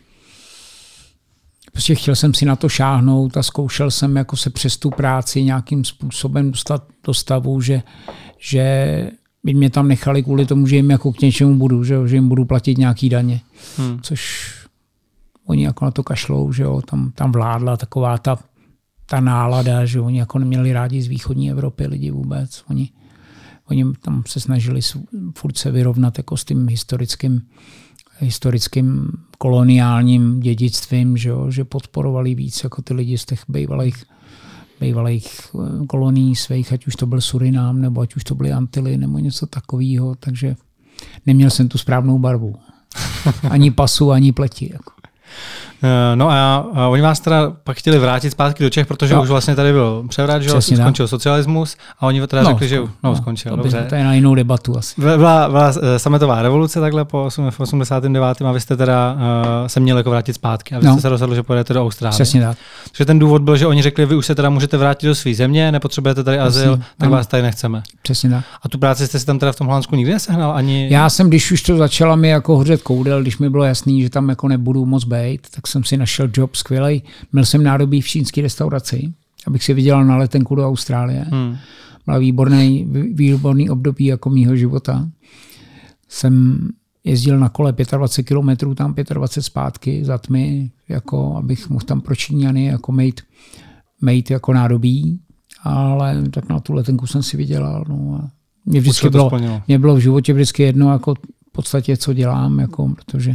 prostě chtěl jsem si na to šáhnout a zkoušel jsem jako se přes tu práci nějakým způsobem dostat do stavu, že, že by mě tam nechali kvůli tomu, že jim jako k něčemu budu, že, že jim budu platit nějaký daně, hmm. což oni jako na to kašlou, že jo, tam, tam vládla taková ta ta nálada, že oni jako neměli rádi z východní Evropy lidi vůbec. Oni, oni tam se snažili furt se vyrovnat jako s tím historickým, historickým koloniálním dědictvím, že, jo, že podporovali víc jako ty lidi z těch bývalých, bývalých kolonií svých, ať už to byl Surinám, nebo ať už to byly Antily, nebo něco takového. Takže neměl jsem tu správnou barvu. Ani pasu, ani pleti. Jako. No a, a oni vás teda pak chtěli vrátit zpátky do Čech, protože no. už vlastně tady byl převrat, že skončil tak. socialismus a oni teda no, řekli, že no, no, skončil. To, by, to je na jinou debatu asi. Byla, byla sametová revoluce takhle po osmdesátém devátém a vy jste teda uh, se měli jako vrátit zpátky a vy no. jste se rozhodli, že pojedete do Austrálie. Přesně tak. Takže ten důvod byl, že oni řekli, vy už se teda můžete vrátit do své země, nepotřebujete tady azyl, Přesně, tak ano. vás tady nechceme. Přesně tak. A tu práci jste si tam teda v tom Holandsku nikdy nesehnal ani? Já jsem, když už to začala mi jako hořet koudel, když mi bylo jasný, že tam jako nebudu moc být, tak jsem si našel job skvělej. Měl jsem nádobí v čínské restauraci, abych si vydělal na letenku do Austrálie. Hmm. Byla výborný, výborný období jako mýho života. Jsem jezdil na kole dvacet pět kilometrů, tam dvacet pět zpátky za tmy, jako abych mohl tam pro Číňany jako mít, mít jako nádobí, ale tak na tu letenku jsem si vydělal. No a mě vždycky bylo, mě bylo v životě vždycky jedno, jako v podstatě, co dělám, jako, protože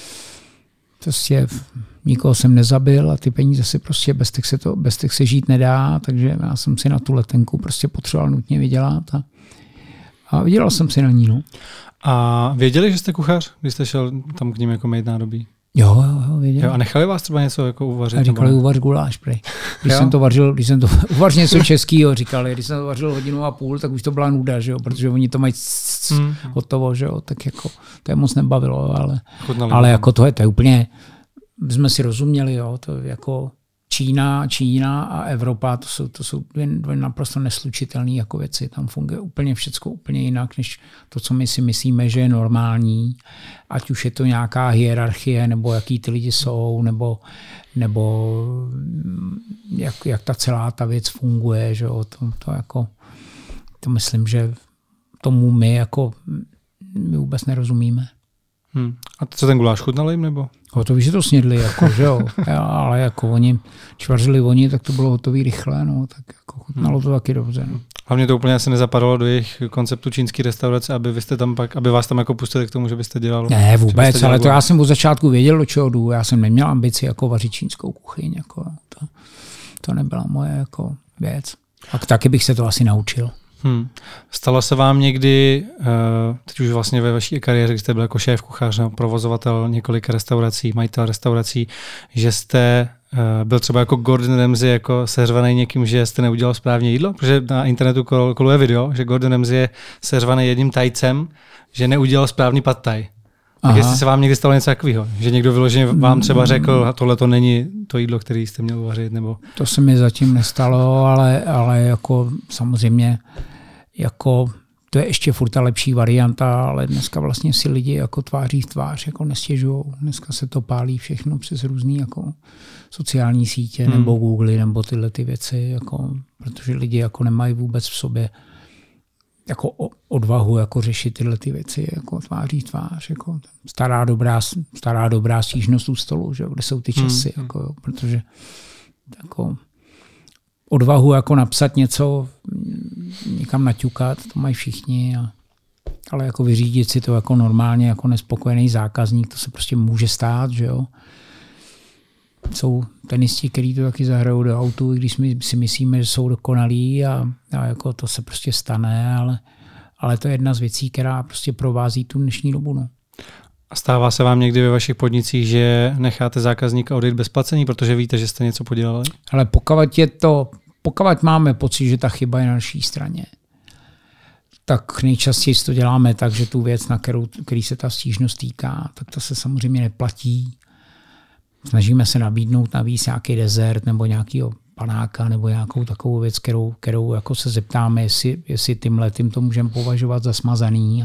prostě nikoho jsem nezabil a ty peníze si prostě bez těch se, to, bez těch se žít nedá, takže já jsem si na tu letenku prostě potřeboval nutně vydělat a, a vydělal jsem si na ní. No. A věděli, že jste kuchař, když jste šel tam k ním jako mít nádobí? Jo, jo, jo, věděli. Jo, a nechali vás třeba něco jako uvařit? A říkali, uvař guláš, prej. Když jo? jsem to vařil, když jsem to uvař něco českýho, říkali, když jsem to vařil hodinu a půl, tak už to byla nuda, že jo, protože oni to mají hmm. hotovo, že jo, tak jako to je moc nebavilo, ale, ale jako to je, to je úplně, jsme si rozuměli, jo, to jako Čína, Čína a Evropa, to jsou, to jsou dvě, dvě naprosto neslučitelné jako věci. Tam funguje úplně všechno úplně jinak, než to, co my si myslíme, že je normální. Ať už je to nějaká hierarchie, nebo jaký ty lidi jsou, nebo, nebo jak, jak ta celá ta věc funguje. Že jo? To, to, jako, to myslím, že tomu my, jako, my vůbec nerozumíme. Hmm. A co ten guláš chutnal jim, nebo? Hotový, že to snědli, jako, že jo. Ale jako oni, když vařili oni, tak to bylo hotový rychle, no, tak jako chutnalo hmm. to taky dobře. No. Hlavně to úplně asi nezapadalo do jejich konceptu čínské restaurace, aby vy jste tam pak, aby vás tam jako pustili k tomu, že byste dělal. Ne, vůbec, ale to já jsem od začátku věděl, do čeho jdu. Já jsem neměl ambici jako vařit čínskou kuchyň, jako, to, to nebyla moje jako věc. A taky bych se to asi naučil. Hmm. Stalo se vám někdy, teď už vlastně ve vaší kariéře, když jste byl jako šéf kuchař, no, provozovatel několika restaurací, majitel restaurací, že jste byl třeba jako Gordon Ramsay jako seřvaný někým, že jste neudělal správně jídlo? Protože na internetu koluje video, že Gordon Ramsay je seřvaný jedním Tajcem, že neudělal správný pad thai. Tak jestli se vám někdy stalo něco takového, že někdo vyloženě vám třeba řekl, tohle to není to jídlo, které jste měl uvařit, nebo... To se mi zatím nestalo, ale, ale jako samozřejmě jako to je ještě furt ta lepší varianta, ale dneska vlastně si lidi jako tváří v tvář jako nestěžujou. Dneska se to pálí všechno přes různý jako sociální sítě hmm. nebo Google nebo tyhle ty věci, jako, protože lidi jako nemají vůbec v sobě jako odvahu jako řešit tyhle ty věci jako tváří v tvář. Jako stará dobrá, stará dobrá stížnost u stolu, že, kde jsou ty časy. Hmm. Jako, protože jako odvahu jako napsat něco, někam naťukat, to mají všichni, a, ale jako vyřídit si to jako normálně, jako nespokojený zákazník, to se prostě může stát, že jo. Jsou tenisti, kteří to taky zahrajou do autu, i když my si myslíme, že jsou dokonalí a, a jako to se prostě stane, ale, ale to je jedna z věcí, která prostě provází tu dnešní dobu. No. A stává se vám někdy ve vašich podnicích, že necháte zákazníka odejít bez placení, protože víte, že jste něco podělali? Ale pokud je to, pokud máme pocit, že ta chyba je na naší straně, tak nejčastěji to děláme tak, že tu věc, na kterou, který se ta stížnost týká, tak to se samozřejmě neplatí. Snažíme se nabídnout navíc nějaký dezert nebo nějakýho panáka nebo nějakou takovou věc, kterou, kterou jako se zeptáme, jestli, jestli tímhle tím to můžeme považovat za smazaný. A,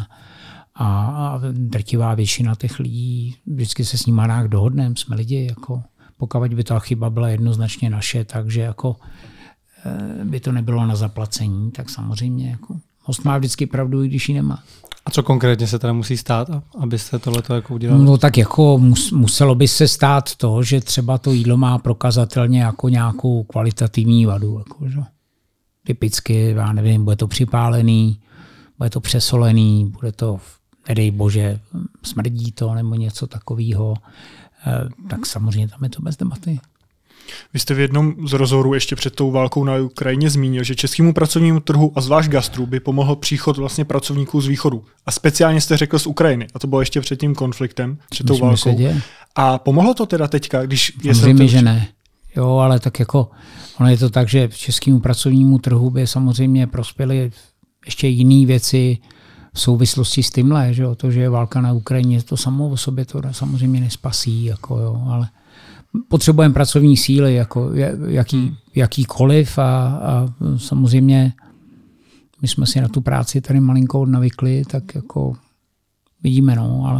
a drtivá většina těch lidí, vždycky se s nimi nějak dohodneme, jsme lidi, jako, pokud by ta chyba byla jednoznačně naše, takže jako, by to nebylo na zaplacení, tak samozřejmě jako, host má vždycky pravdu, i když ji nemá. A co konkrétně se teda musí stát, abyste tohleto jako udělali? No tak jako muselo by se stát to, že třeba to jídlo má prokazatelně jako nějakou kvalitativní vadu. Jako, že? Typicky, já nevím, bude to připálený, bude to přesolený, bude to, nedej bože, smrdí to nebo něco takového, tak samozřejmě tam je to bez debaty. Vy jste v jednom z rozhovorů ještě před tou válkou na Ukrajině zmínil, že českému pracovnímu trhu a zvlášť gastru by pomohl příchod vlastně pracovníků z východu. A speciálně jste řekl z Ukrajiny. A to bylo ještě před tím konfliktem, před tou válkou. A pomohlo to teda teďka, když... Samozřejmě, že ne. Jo, ale tak jako, ono je to tak, že českému pracovnímu trhu by samozřejmě prospěly ještě jiné věci v souvislosti s tímhle, že jo, to, že je válka na Ukrajině, to samo o sobě to samozřejmě nespasí, jako jo, ale potřebujeme pracovní síly, jako jaký, jakýkoliv a, a samozřejmě my jsme si na tu práci tady malinko navykli, tak jako vidíme, no, ale,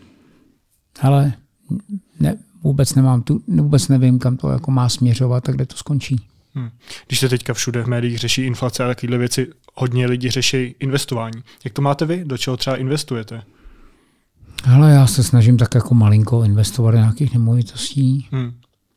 ale ne, vůbec nemám tu, vůbec nevím, kam to jako má směřovat a kde to skončí. Hmm. Když se teďka všude v médiích řeší inflace a takovéhle věci, hodně lidí řeší investování. Jak to máte vy? Do čeho třeba investujete? Hele, já se snažím tak jako malinko investovat do nějakých nemovitostí, hmm.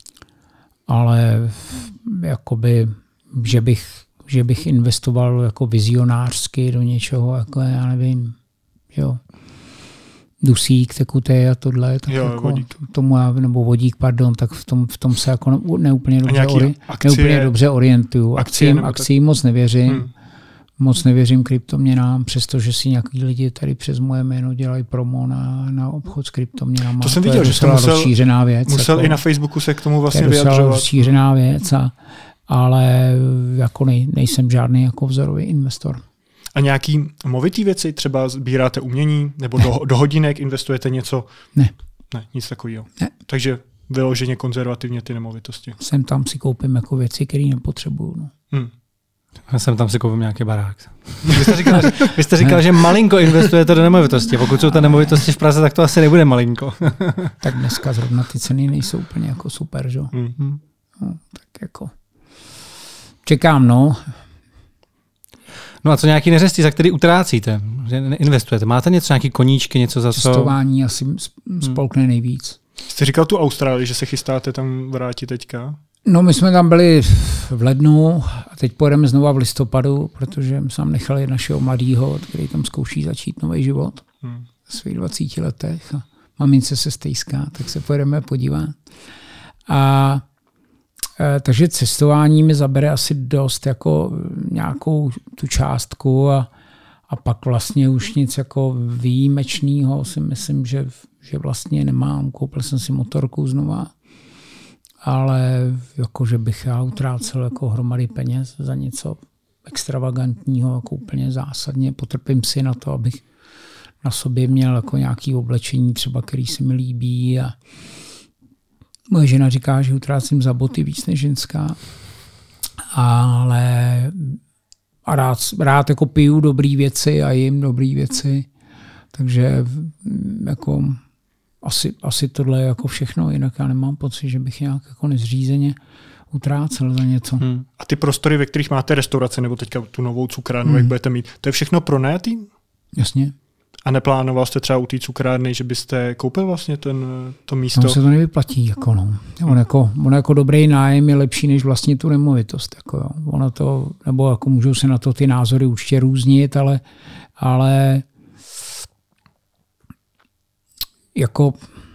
ale jakoby, že bych, že bych investoval jako vizionářsky do něčeho, jako já nevím, jo, dusík, tekutý a tohle, tak jo, jako vodík. tomu já, nebo vodík, pardon, tak v tom, v tom se jako neúplně dobře, ori, akcie, neúplně dobře orientuju. Akcím, akcím moc nevěřím. Hmm. Moc nevěřím kryptoměnám, přestože si nějaký lidi tady přes moje jméno dělají promo na, na obchod s kryptoměnami. To jsem viděl, že jste musel, rozšířená věc, musel jako, i na Facebooku se k tomu vlastně to je vyjadřovat. rozšířená věc, a, ale jako nej, nejsem žádný jako vzorový investor. A nějaký movitý věci, třeba sbíráte umění, nebo do, do hodinek investujete něco? Ne. Ne, nic takového. Ne. Takže vyloženě konzervativně ty nemovitosti. Sem tam si koupím jako věci, které nepotřebuju. No. Hmm. Já jsem tam si koupím nějaký barák. Vy jste říkal, že, vy jste říkal že malinko investujete do nemovitosti. Pokud jsou ty nemovitosti v Praze, tak to asi nebude malinko. Tak dneska zrovna ty ceny nejsou úplně jako super, že? Mm-hmm. No, tak jako čekám, no. No a co nějaký neřestí, za který utrácíte, že neinvestujete? Máte něco, nějaký koníčky, něco za co? Cestování asi spolkne nejvíc. Jste říkal tu Austrálii, že se chystáte tam vrátit teďka? No, my jsme tam byli v lednu a teď pojedeme znova v listopadu, protože jsme tam nechali našeho mladýho, který tam zkouší začít nový život hmm. v svých dvaceti letech. A mamince se stejská, tak se pojedeme podívat. A e, takže cestování mi zabere asi dost jako nějakou tu částku a, a pak vlastně už nic jako výjimečného si myslím, že, že vlastně nemám. Koupil jsem si motorku znova. Ale jakože bych já utrácel jako hromady peněz za něco extravagantního, jako úplně zásadně. Potrpím si na to, abych na sobě měl jako nějaké oblečení, třeba který se mi líbí. A moje žena říká, že utrácím za boty víc než ženská. Ale a rád, rád jako piju dobrý věci a jim dobrý věci. Takže jako asi, asi tohle je jako všechno, jinak já nemám pocit, že bych nějak jako nezřízeně utrácel za něco. Hmm. A ty prostory, ve kterých máte restaurace, nebo teďka tu novou cukrárnu, hmm. jak budete mít, to je všechno pronajatý? Jasně. A neplánoval jste třeba u té cukrárny, že byste koupil vlastně ten, to místo? Tam se to nevyplatí. Jako no. on, jako, on jako dobrý nájem je lepší než vlastně tu nemovitost. Jako jo. Ono to, nebo jako můžou se na to ty názory určitě různit, ale, ale jako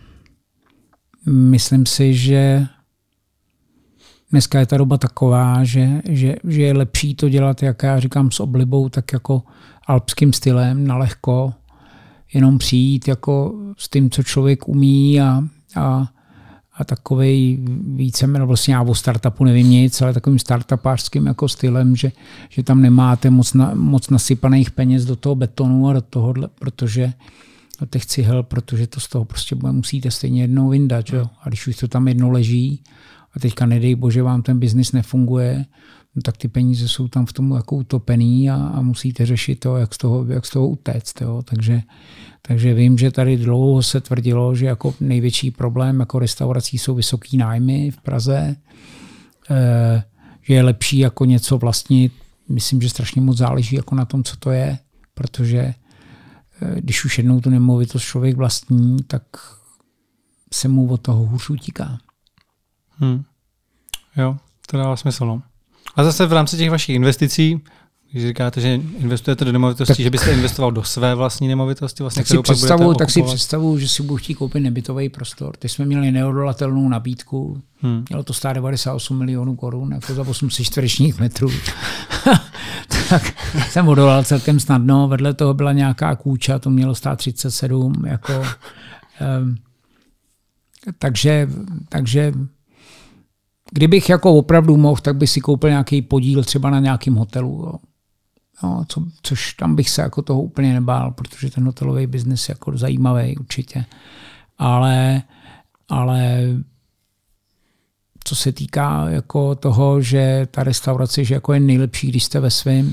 myslím si, že dneska je ta doba taková, že, že, že je lepší to dělat, jak já říkám, s oblibou, tak jako alpským stylem, na lehko, jenom přijít jako s tím, co člověk umí a, a, a takovej více, vlastně já o startupu nevím nic, ale takovým startupářským jako stylem, že, že tam nemáte moc, na, moc nasypaných peněz do toho betonu a do tohohle, protože do těch cihel, protože to z toho prostě musíte stejně jednou vyndat. Že? A když už to tam jednou leží a teďka nedej bože vám ten biznis nefunguje, no tak ty peníze jsou tam v tom jako utopený a, a musíte řešit to, jak z toho, jak z toho utéct. Jo. Takže, takže vím, že tady dlouho se tvrdilo, že jako největší problém jako restaurací jsou vysoký nájmy v Praze, e, že je lepší jako něco vlastnit. Myslím, že strašně moc záleží jako na tom, co to je, protože e, když už jednou tu nemovitost člověk vlastní, tak se mu od toho hůř utíká. Hmm. Jo, to dává smysl. No. A zase v rámci těch vašich investicí, když říkáte, že investujete do nemovitosti, tak, že byste investoval do své vlastní nemovitosti, vlastně, tak, si představu, tak si představu, že si budu chtít koupit nebytový prostor. Teď jsme měli neodolatelnou nabídku, hmm. mělo to stát devadesát osm milionů korun, jako za osm set čtverečních metrů. Tak jsem odolal celkem snadno, vedle toho byla nějaká kůča, to mělo stát třicet sedm. Jako, um, takže, takže kdybych jako opravdu mohl, tak bych si koupil nějaký podíl třeba na nějakém hotelu. Jo. No, co, což tam bych se jako toho úplně nebál, protože ten hotelový biznes je jako zajímavý určitě. Ale, ale co se týká jako toho, že ta restaurace že jako je nejlepší, když jste ve svém,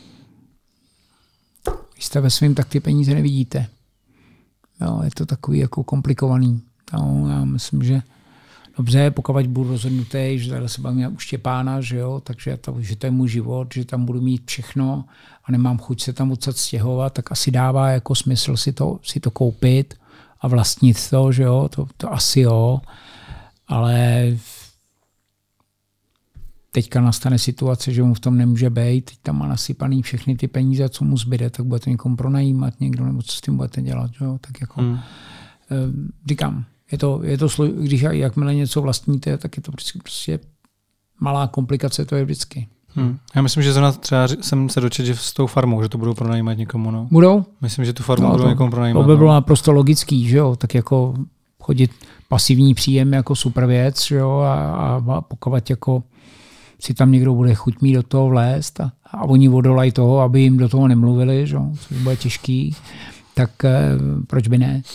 když jste ve svém, tak ty peníze nevidíte. Jo, je to takový jako komplikovaný. No, já myslím, že dobře, pokud budu rozhodnutý, že tady se bavím u Štěpána, že jo, takže to, že to je můj život, že tam budu mít všechno a nemám chuť se tam odsud stěhovat, tak asi dává jako smysl si to, si to koupit a vlastnit to, že jo, to, to asi jo, ale teďka nastane situace, že mu v tom nemůže být, teď tam má nasypaný všechny ty peníze, co mu zbyde, tak bude to někomu pronajímat někdo, nebo co s tím budete dělat, že jo, tak jako hmm. říkám, Je to, je to, když jakmile něco vlastníte, tak je to prostě, prostě malá komplikace, to je vždycky. Hmm. Já myslím, že zrovna třeba jsem se dočetl, že s tou farmou, že to budou pronajímat někomu. No. Budou? Myslím, že tu farmu no, to, budou někomu pronajímat. To by bylo no. naprosto logický, že jo, tak jako chodit pasivní příjem jako super věc, že jo, a, a pokud jako si tam někdo bude chuť mít do toho vlézt a, a oni odolají toho, aby jim do toho nemluvili, že jo, což bude těžký, tak eh, proč by ne?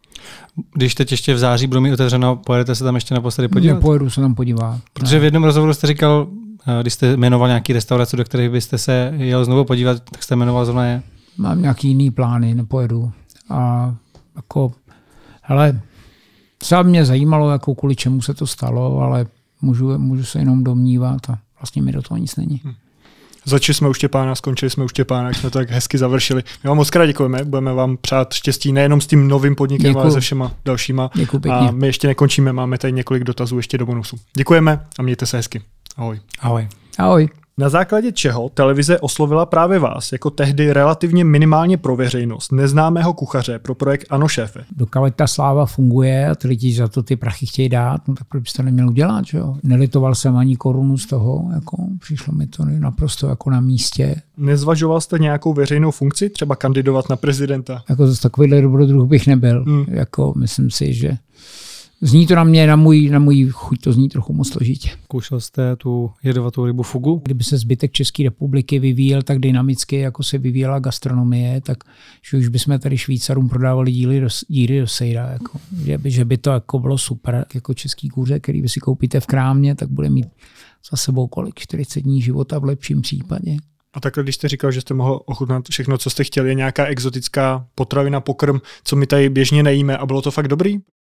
Když teď ještě v září budou mít otevřeno, pojedete se tam ještě naposledy podívat? Nepojedu se tam podívat. Protože v jednom rozhovoru jste říkal, když jste jmenoval nějaký restaurace, do kterých byste se jel znovu podívat, tak jste jmenoval zrovna je? Mám nějaký jiný plány, nepojedu. A jako, hele, třeba mě zajímalo, jako kvůli čemu se to stalo, ale můžu, můžu se jenom domnívat a vlastně mi do toho nic není. Hmm. Začali jsme u Štěpána, skončili jsme u Štěpána, jak jsme to tak hezky završili. My vám moc krát děkujeme, budeme vám přát štěstí nejenom s tím novým podnikem, Děkuju. ale se všema dalšíma. A my ještě nekončíme, máme tady několik dotazů ještě do bonusu. Děkujeme a mějte se hezky. Ahoj. Ahoj. Ahoj. Na základě čeho televize oslovila právě vás, jako tehdy relativně minimálně pro veřejnost, neznámého kuchaře pro projekt Ano šéfe? Dokud ta sláva funguje a ty lidi za to ty prachy chtějí dát, no tak proč byste to neměl udělat, že jo? Nelitoval jsem ani korunu z toho, jako přišlo mi to naprosto jako na místě. Nezvažoval jste nějakou veřejnou funkci, třeba kandidovat na prezidenta? Jako zase takovýhle dobrodruh bych nebyl. Hmm. Jako myslím si, že zní to na mě, na můj, na můj chuť, to zní trochu moc složitě. Zkoušel jste tu jedovatou rybu fugu? Kdyby se zbytek České republiky vyvíjel tak dynamicky, jako se vyvíjela gastronomie, tak že už bychom tady Švýcarům prodávali díly do, díry do sejra. Jako, že, by, že by to jako bylo super. Jako český kuře, který vy si koupíte v krámě, tak bude mít za sebou kolik? čtyřicet dní života v lepším případě. A takhle, když jste říkal, že jste mohl ochutnat všechno, co jste chtěli, je nějaká exotická potravina, pokrm, co my tady běžně nejíme a bylo to fakt dobrý?